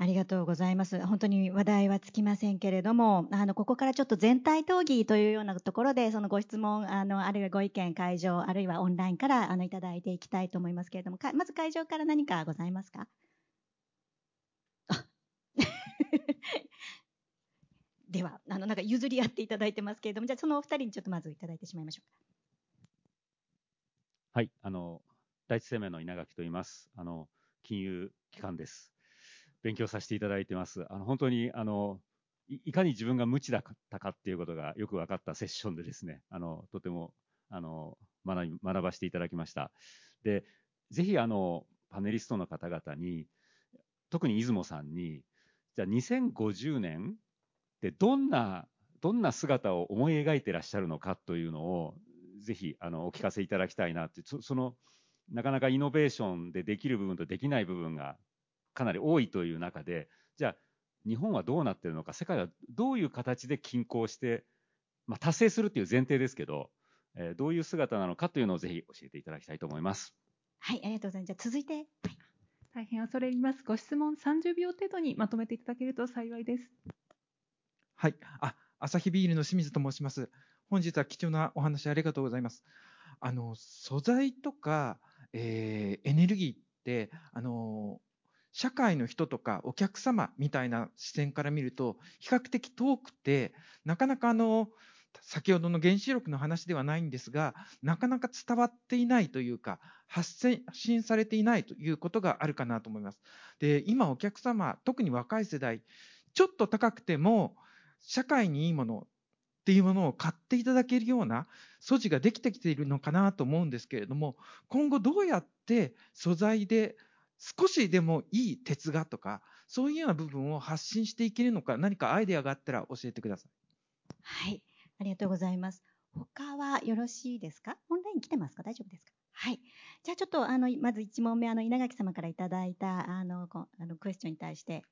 ありがとうございます。本当に話題は尽きませんけれども、あの、ここからちょっと全体討議というようなところで、そのご質問、あの、あるいはご意見、会場、あるいはオンラインから、あの、いただいていきたいと思いますけれども、かまず会場から何かございますか？では、あの、なんか譲り合っていただいてますけれども、じゃあそのお二人にちょっとまずいただいてしまいましょうか。 はい、あの、第一生命の稲垣と言います。あの、金融機関です。勉強させていただいてます。あの、本当に、あの、い, いかに自分が無知だったかっていうことがよく分かったセッションでですね、あの、とても、あの、学び、学ばせていただきました。で、ぜひ、あの、パネリストの方々に、特に出雲さんに、じゃあにせんごじゅうねんでどんな、どんな姿を思い描いてらっしゃるのかというのを、ぜひ、あの、お聞かせいただきたいなって、そ, その、なかなかイノベーションでできる部分とできない部分がかなり多いという中で、じゃあ日本はどうなっているのか、世界はどういう形で均衡して、まあ、達成するという前提ですけど、えー、どういう姿なのかというのをぜひ教えていただきたいと思います。 はい、ありがとうございます。じゃあ続いて、はい、 大変恐れ入ります。ご質問さんじゅうびょう程度にまとめていただけると幸いです。 はい、あ、アサヒビールの清水と申します。本日は貴重なお話ありがとうございます。あの素材とか、えー、エネルギーってあの社会の人とかお客様みたいな視線から見ると比較的遠くて、なかなかあの先ほどの原子力の話ではないんですが、なかなか伝わっていないというか、発信されていないということがあるかなと思います。で、今お客様、特に若い世代、ちょっと高くても社会にいいものっていうものを買っていただけるような素地ができてきているのかなと思うんですけれども、今後どうやって素材で少しでもいい鉄がとか、そういうような部分を発信していけるのか、何かアイデアがあったら教えてください。 はい、ありがとうございます。他はよろしいですか？オンライン来てますか？大丈夫ですか？はい。じゃあちょっとあのまずいち問目、あの稲垣様からいただいたあのこあのクエスチョンに対して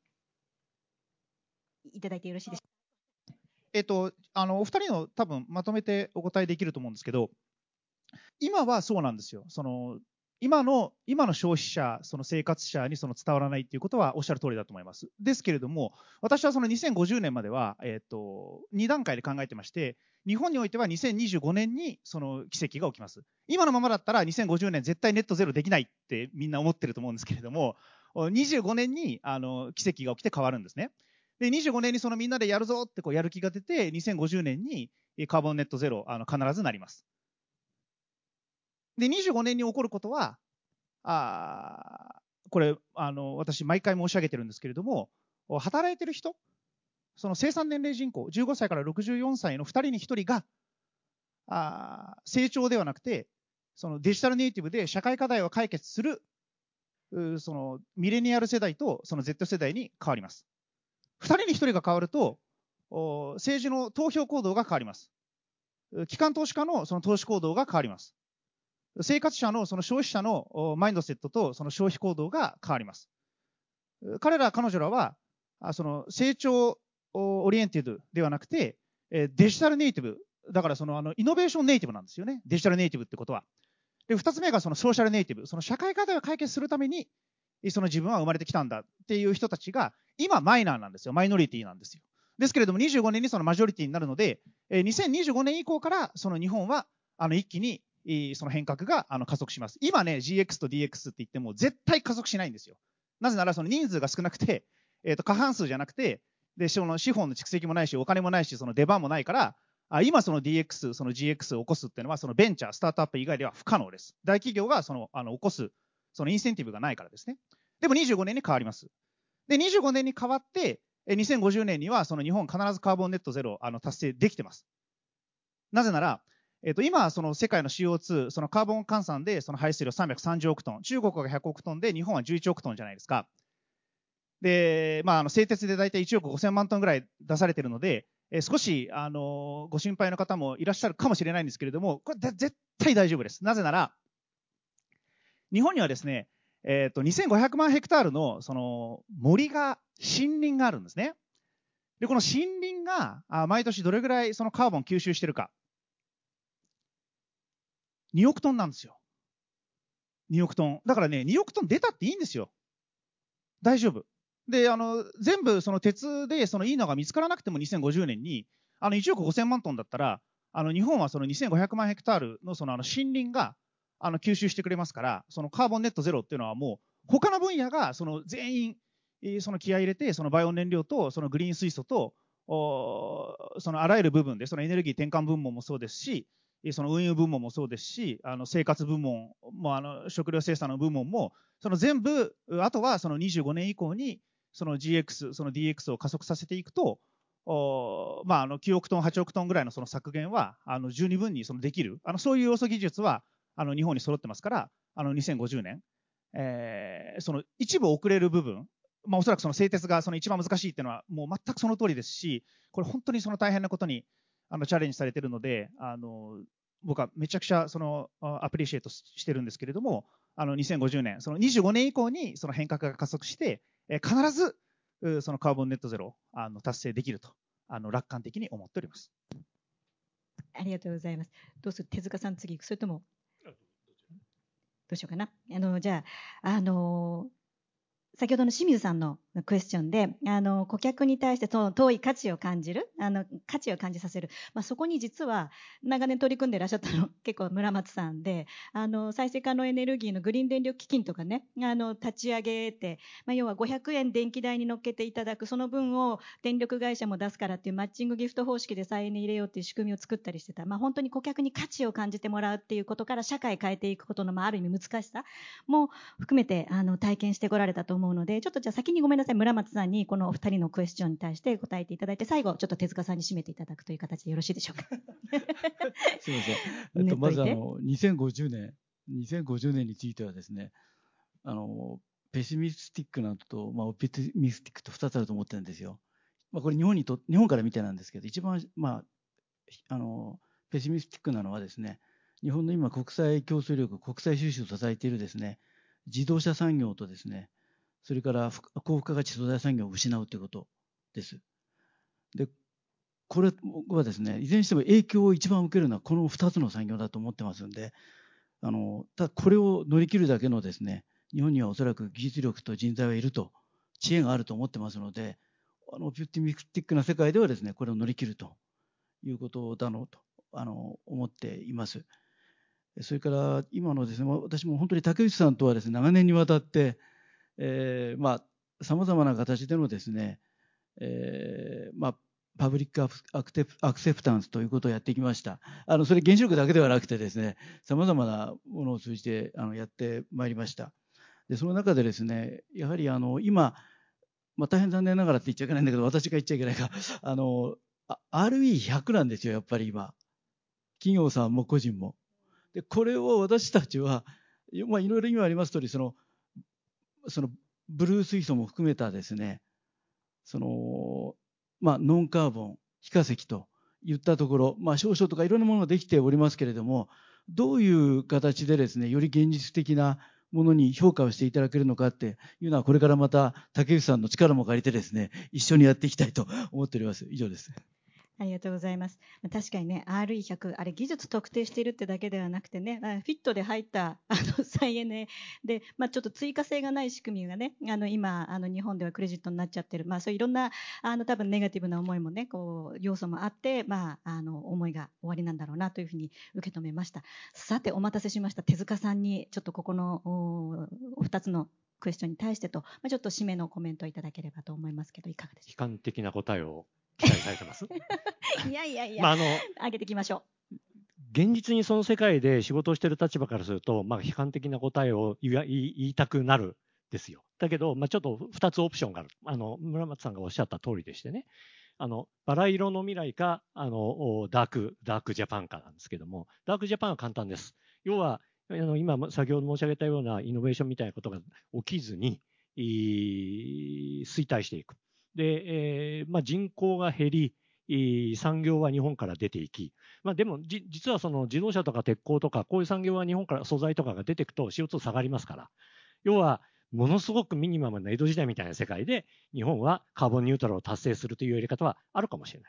いただいてよろしいでしょうか？ えっと、あのお二人の多分まとめてお答えできると思うんですけど、今はそうなんですよ。その今の今の消費者、その生活者にその伝わらないということはおっしゃる通りだと思います。ですけれども、私はそのにせんごじゅうねんまでは、えっと、に段階で考えてまして、日本においてはにせんにじゅうごねんにその奇跡が起きます。今のままだったらにせんごじゅうねん絶対ネットゼロできないってみんな思ってると思うんですけれども、にじゅうごねんにあの奇跡が起きて変わるんですね。で、にじゅうごねんにそのみんなでやるぞってこうやる気が出て、にせんごじゅうねんにカーボンネットゼロあの必ずなります。で、にじゅうごねんに起こることは、あこれあの、私、毎回申し上げてるんですけれども、働いてる人、その生産年齢人口、じゅうごさいからろくじゅうよんさいのふたりにひとりが、あ成長ではなくて、そのデジタルネイティブで社会課題を解決する、そのミレニアル世代とその Z 世代に変わります。ふたりにひとりが変わると、政治の投票行動が変わります。機関投資家のその投資行動が変わります。生活者のその消費者のマインドセットとその消費行動が変わります。彼ら、彼女らは、その成長オリエンティブではなくて、デジタルネイティブ、だからそのあのイノベーションネイティブなんですよね、デジタルネイティブってことは。で、二つ目がそのソーシャルネイティブ、その社会課題を解決するために、その自分は生まれてきたんだっていう人たちが、今マイナーなんですよ、マイノリティなんですよ。ですけれども、にじゅうごねんにそのマジョリティになるので、にせんにじゅうごねん以降からその日本はあの一気にその変革があの加速します。今ね、ジーエックス と ディーエックス って言っても絶対加速しないんですよ。なぜならその人数が少なくて、えー、と過半数じゃなくて、でその資本の蓄積もないし、お金もないし、その出番もないから、あ今その ディーエックス、その ジーエックス を起こすっていうのは、そのベンチャー、スタートアップ以外では不可能です。大企業がそのあの起こす、そのインセンティブがないからですね。でもにじゅうごねんに変わります。で、にじゅうごねんに変わって、にせんごじゅうねんにはその日本必ずカーボンネットゼロあの達成できてます。なぜなら、えっと、今、その世界の シーオーツー、そのカーボン換算でその排出量さんびゃくさんじゅうおくトン、中国がひゃくおくトンで日本はじゅういちおくトンじゃないですか。で、まあ、あの製鉄で大体いちおくごせんまんトンぐらい出されているので、えー、少し、あのー、ご心配の方もいらっしゃるかもしれないんですけれども、これ絶対大丈夫です。なぜなら、日本にはですね、えー、とにせんごひゃくまんヘクタールのその森が、森林があるんですね。で、この森林があ毎年どれぐらいそのカーボン吸収してるか。におくトンなんですよ。におくトン。だからね、におくトン出たっていいんですよ。大丈夫。 で、あの、全部その鉄でそのいいのが見つからなくてもにせんごじゅうねんに、あのいちおくごせんまんトンだったら、あの日本はそのにせんごひゃくまんヘクタールのそのあの森林があの吸収してくれますから、そのカーボンネットゼロっていうのはもう他の分野がその全員その気合い入れて、そのバイオ燃料とそのグリーン水素とそのあらゆる部分で、そのエネルギー転換部門もそうですし、その運輸部門もそうですし、あの生活部門も、あの食料生産の部門も、その全部、あとはそのにじゅうごねん以降にその ジーエックス、その ディーエックス を加速させていくと、まあ、あのきゅうおくトン、はちおくトンぐらいのその削減はあの十二分にそのできる、あのそういう要素技術はあの日本に揃ってますから、あのにせんごじゅうねん、えー、その一部遅れる部分、まあ、おそらくその製鉄がその一番難しいっていうのはもう全くその通りですし、これ本当にその大変なことにあのチャレンジされているので、あの僕はめちゃくちゃそのアプリシエイトしてるんですけれども、あのにせんごじゅうねん、そのにじゅうごねん以降にその変革が加速して、えー、必ずそのカーボンネットゼロをあの達成できるとあの楽観的に思っております。 ありがとうございます。どうする、手塚さん次行く、それともどうしようかな。あのじゃあ、あの先ほどの清水さんのクエスチョンで、あの顧客に対してその遠い価値を感じる、あの価値を感じさせる、まあ、そこに実は長年取り組んでいらっしゃったの結構村松さんで、あの再生可能エネルギーのグリーン電力基金とかね、あの立ち上げて、まあ、要はごひゃくえん電気代に乗っけていただく、その分を電力会社も出すからっていうマッチングギフト方式で再エネ入れようっていう仕組みを作ったりしてた、まあ、本当に顧客に価値を感じてもらうっていうことから社会変えていくことの、まあ、ある意味難しさも含めてあの体験してこられたと思うので、ちょっとじゃあ先にごめんなさい、村松さんにこのお二人のクエスチョンに対して答えていただいて、最後ちょっと手塚さんに締めていただくという形でよろしいでしょうか。 すみません。えっと、まずあのにせんごじゅうねん、にせんごじゅうねんについてはですね、あのペシミスティックなのと、まあ、オプティミスティックとふたつあると思ってるんですよ。まあ、これ日本にと日本から見てなんですけど、一番、まあ、あのペシミスティックなのはですね、日本の今国際競争力、国際収支を支えているですね、自動車産業とですね、それから高付加価値素材産業を失うということです。で、これはですね、いずれにしても影響を一番受けるのはこのふたつの産業だと思ってますんで、あのただこれを乗り切るだけのですね、日本にはおそらく技術力と人材はいると、知恵があると思ってますので、あのオプティミスティックな世界ではですね、これを乗り切るということだろうとあの思っています。それから今のですね、私も本当に竹内さんとはですね、長年にわたって、えー、まあさまざまな形でのですね、えー、まあパブリックアクテアクセプタンスということをやってきました。あのそれ原子力だけではなくてですね、さまざまなものを通じてあのやってまいりました。でその中でですね、やはりあの今、まあ、大変残念ながらって言っちゃいけないんだけど、私が言っちゃいけないか、あの アールイーひゃく なんですよ、やっぱり今。企業さんも個人も。でこれを私たちは、まあ、いろいろ今あります通り、そのそのブルー水素も含めたですね、そのまあ、ノンカーボン、非化石といったところ、まあ、少々とかいろんなものができておりますけれども、どういう形でですね、より現実的なものに評価をしていただけるのかっていうのは、これからまた竹内さんの力も借りてですね、一緒にやっていきたいと思っております。以上です。 ありがとうございます。確かにね、アールイーひゃく、あれ技術特定しているってだけではなくてね、フィットで入ったあの再エネで、まあ、ちょっと追加性がない仕組みがね、あの今あの日本ではクレジットになっちゃってる、まあ、そういういろんなあの多分ネガティブな思いもね、こう要素もあって、まあ、あの思いが終わりなんだろうなというふうに受け止めました。さてお待たせしました、手塚さんにちょっとここのおふたつのクエスチョンに対してと、まあ、ちょっと締めのコメントをいただければと思いますけど、いかがでしょうか。 悲観的な答えを期待されてますいやいやいや、 まあ、あの上げていきましょう。 現実にその世界で仕事をしている立場からすると、まあ、悲観的な答えを言い、言いたくなるですよ。だけど、まあ、ちょっとふたつオプションがある。あの村松さんがおっしゃった通りでしてね、あのバラ色の未来かあのダークダークジャパンかなんですけども、ダークジャパンは簡単です。要はあの今先ほど申し上げたようなイノベーションみたいなことが起きずに衰退していく。で、えーまあ、人口が減り、産業は日本から出ていき、まあ、でもじ実はその自動車とか鉄鋼とかこういう産業は日本から素材とかが出ていくと シーオーツー 下がりますから、要はものすごくミニマムな江戸時代みたいな世界で日本はカーボンニュートラルを達成するというやり方はあるかもしれない。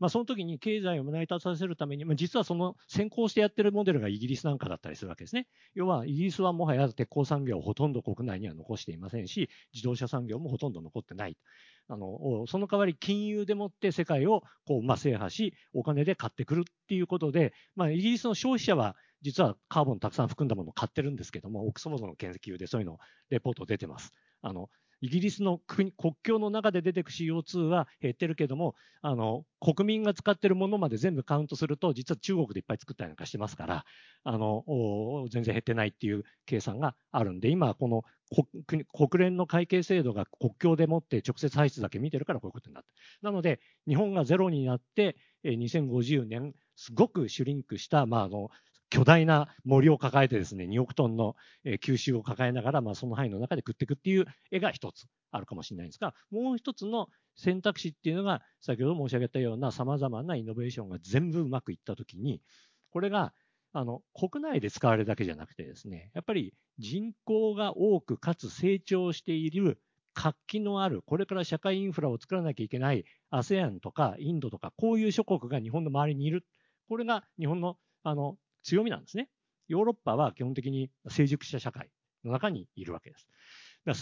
まあ、その時に経済を成り立たせるために、まあ、実はその先行してやってるモデルがイギリスなんかだったりするわけですね。要はイギリスはもはや鉄鋼産業をほとんど国内には残していませんし、自動車産業もほとんど残ってない。あのその代わり金融でもって世界をこう、まあ、制覇し、お金で買ってくるっていうことで、まあ、イギリスの消費者は実はカーボンたくさん含んだものを買ってるんですけども、オックスフォードの研究でそういうのレポート出てます。あのイギリスの国国境の中で出てく シーオーツー は減ってるけども、あの国民が使ってるものまで全部カウントすると、実は中国でいっぱい作ったりなんかしてますから、あの全然減ってないっていう計算があるんで、今この国, 国連の会計制度が国境でもって直接排出だけ見てるからこういうことになって、なので日本がゼロになってにせんごじゅうねんすごくシュリンクした、まあ、あの巨大な森を抱えてですね、におくトンの吸収を抱えながら、まあ、その範囲の中で食っていくっていう絵が一つあるかもしれないんですが、もう一つの選択肢っていうのが、先ほど申し上げたようなさまざまなイノベーションが全部うまくいったときに、これがあの国内で使われるだけじゃなくてですね、やっぱり人口が多くかつ成長している活気のある、これから社会インフラを作らなきゃいけない アセアン とかインドとか、こういう諸国が日本の周りにいる。これが日本のあの強みなんですね。ヨーロッパは基本的に成熟した社会の中にいるわけです。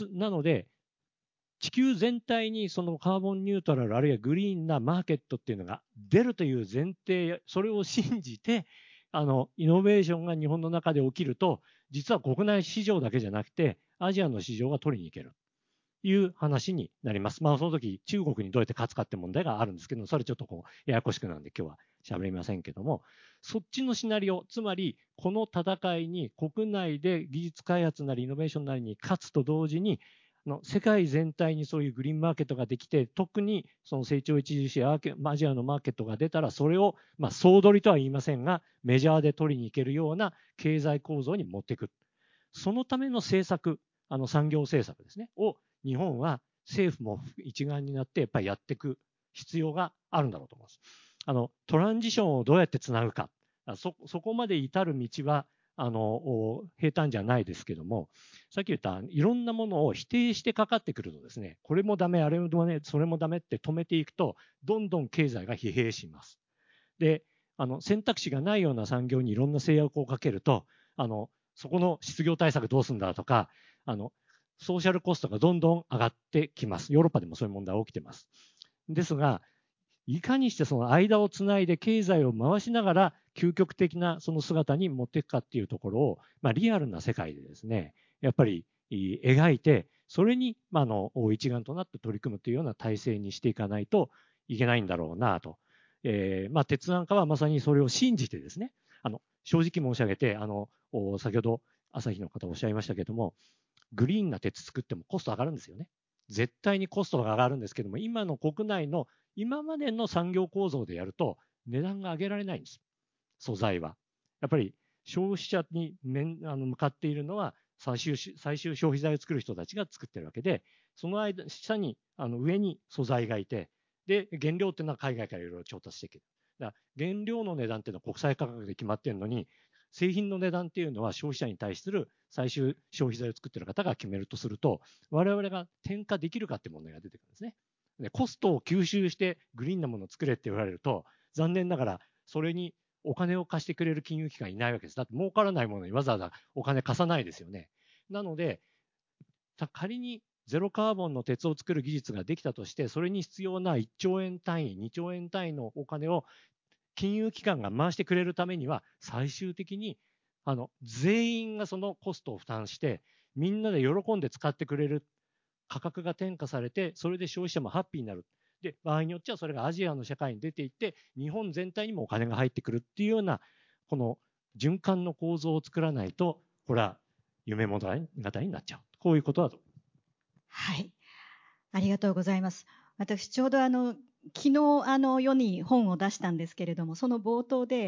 なので、地球全体にそのカーボンニュートラルあるいはグリーンなマーケットっていうのが出るという前提、それを信じて、あのイノベーションが日本の中で起きると、実は国内市場だけじゃなくて、アジアの市場が取りに行けるという話になります。まあ、その時中国にどうやって勝つかって問題があるんですけど、それちょっとこうややこしくなるんで今日は喋りませんけども、そっちのシナリオ、つまりこの戦いに国内で技術開発なりイノベーションなりに勝つと同時に、の世界全体にそういうグリーンマーケットができて、特にその成長著しいアジアのマーケットが出たら、それを、まあ、総取りとは言いませんが、メジャーで取りに行けるような経済構造に持っていく。そのための政策、あの産業政策ですね、を日本は政府も一丸になってやっぱりやっていく必要があるんだろうと思います。あのトランジションをどうやってつなぐか、そ、そこまで至る道はあの平坦じゃないですけども、さっき言ったいろんなものを否定してかかってくるとですね、これもダメ、あれもダメ、それもダメって止めていくと、どんどん経済が疲弊します。で、あの選択肢がないような産業にいろんな制約をかけると、あのそこの失業対策どうするんだとか、あのソーシャルコストがどんどん上がってきます。ヨーロッパでもそういう問題が起きています。ですが、いかにしてその間をつないで経済を回しながら究極的なその姿に持っていくかっていうところを、まあ、リアルな世界でですね、やっぱり描いて、それに、まあ、の一丸となって取り組むというような体制にしていかないといけないんだろうなと。えーまあ、鉄なんかはまさにそれを信じてですね、あの正直申し上げて、あの先ほど朝日の方おっしゃいましたけども、グリーンな鉄作ってもコスト上がるんですよね。絶対にコストが上がるんですけども、今の国内の今までの産業構造でやると値段が上げられないんです。素材は。やっぱり消費者にあの向かっているのは最終、最終消費財を作る人たちが作ってるわけで、その間、下に、あの上に素材がいて、で、原料っていうのは海外からいろいろ調達していける。だから原料の値段っていうのは国際価格で決まっているのに、製品の値段っていうのは消費者に対する最終消費財を作っている方が決めるとすると、我々が転嫁できるかっていう問題が出てくるんですね。でコストを吸収してグリーンなものを作れって言われると、残念ながらそれにお金を貸してくれる金融機関いないわけです。だって儲からないものにわざわざお金貸さないですよね。なので、仮にゼロカーボンの鉄を作る技術ができたとして、それに必要ないっちょうえん単位、にちょうえん単位のお金を金融機関が回してくれるためには、最終的にあの全員がそのコストを負担して、みんなで喜んで使ってくれる価格が転嫁されて、それで消費者もハッピーになる。で、場合によってはそれがアジアの社会に出ていって、日本全体にもお金が入ってくるっていうような、この循環の構造を作らないと、これは夢物語になっちゃう。こういうことだと。 はい。ありがとうございます。私、ちょうどあの、昨日あの世に本を出したんですけれども、その冒頭で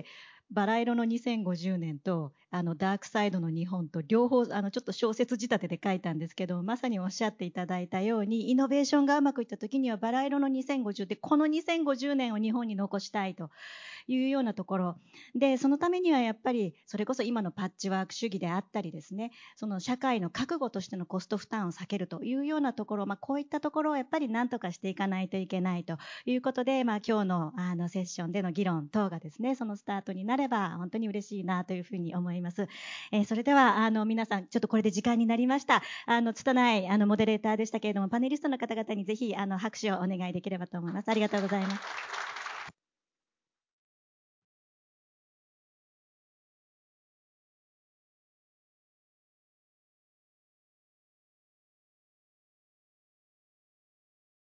バラ色のにせんごじゅうねんとあのダークサイドの日本と両方あのちょっと小説仕立てで書いたんですけど、まさにおっしゃっていただいたようにイノベーションがうまくいった時にはバラ色のにせんごじゅうでこのにせんごじゅうねんを日本に残したいというようなところで、そのためにはやっぱりそれこそ今のパッチワーク主義であったりですね、その社会の覚悟としてのコスト負担を避けるというようなところ、まあ、こういったところをやっぱり何とかしていかないといけないということで、まあ、今日のあのセッションでの議論等がですね、そのスタートになれば本当に嬉しいなというふうに思います。えー、それではあの皆さんちょっとこれで時間になりました。あの拙いあのモデレーターでしたけれども、パネリストの方々にぜひあの拍手をお願いできればと思います。ありがとうございます。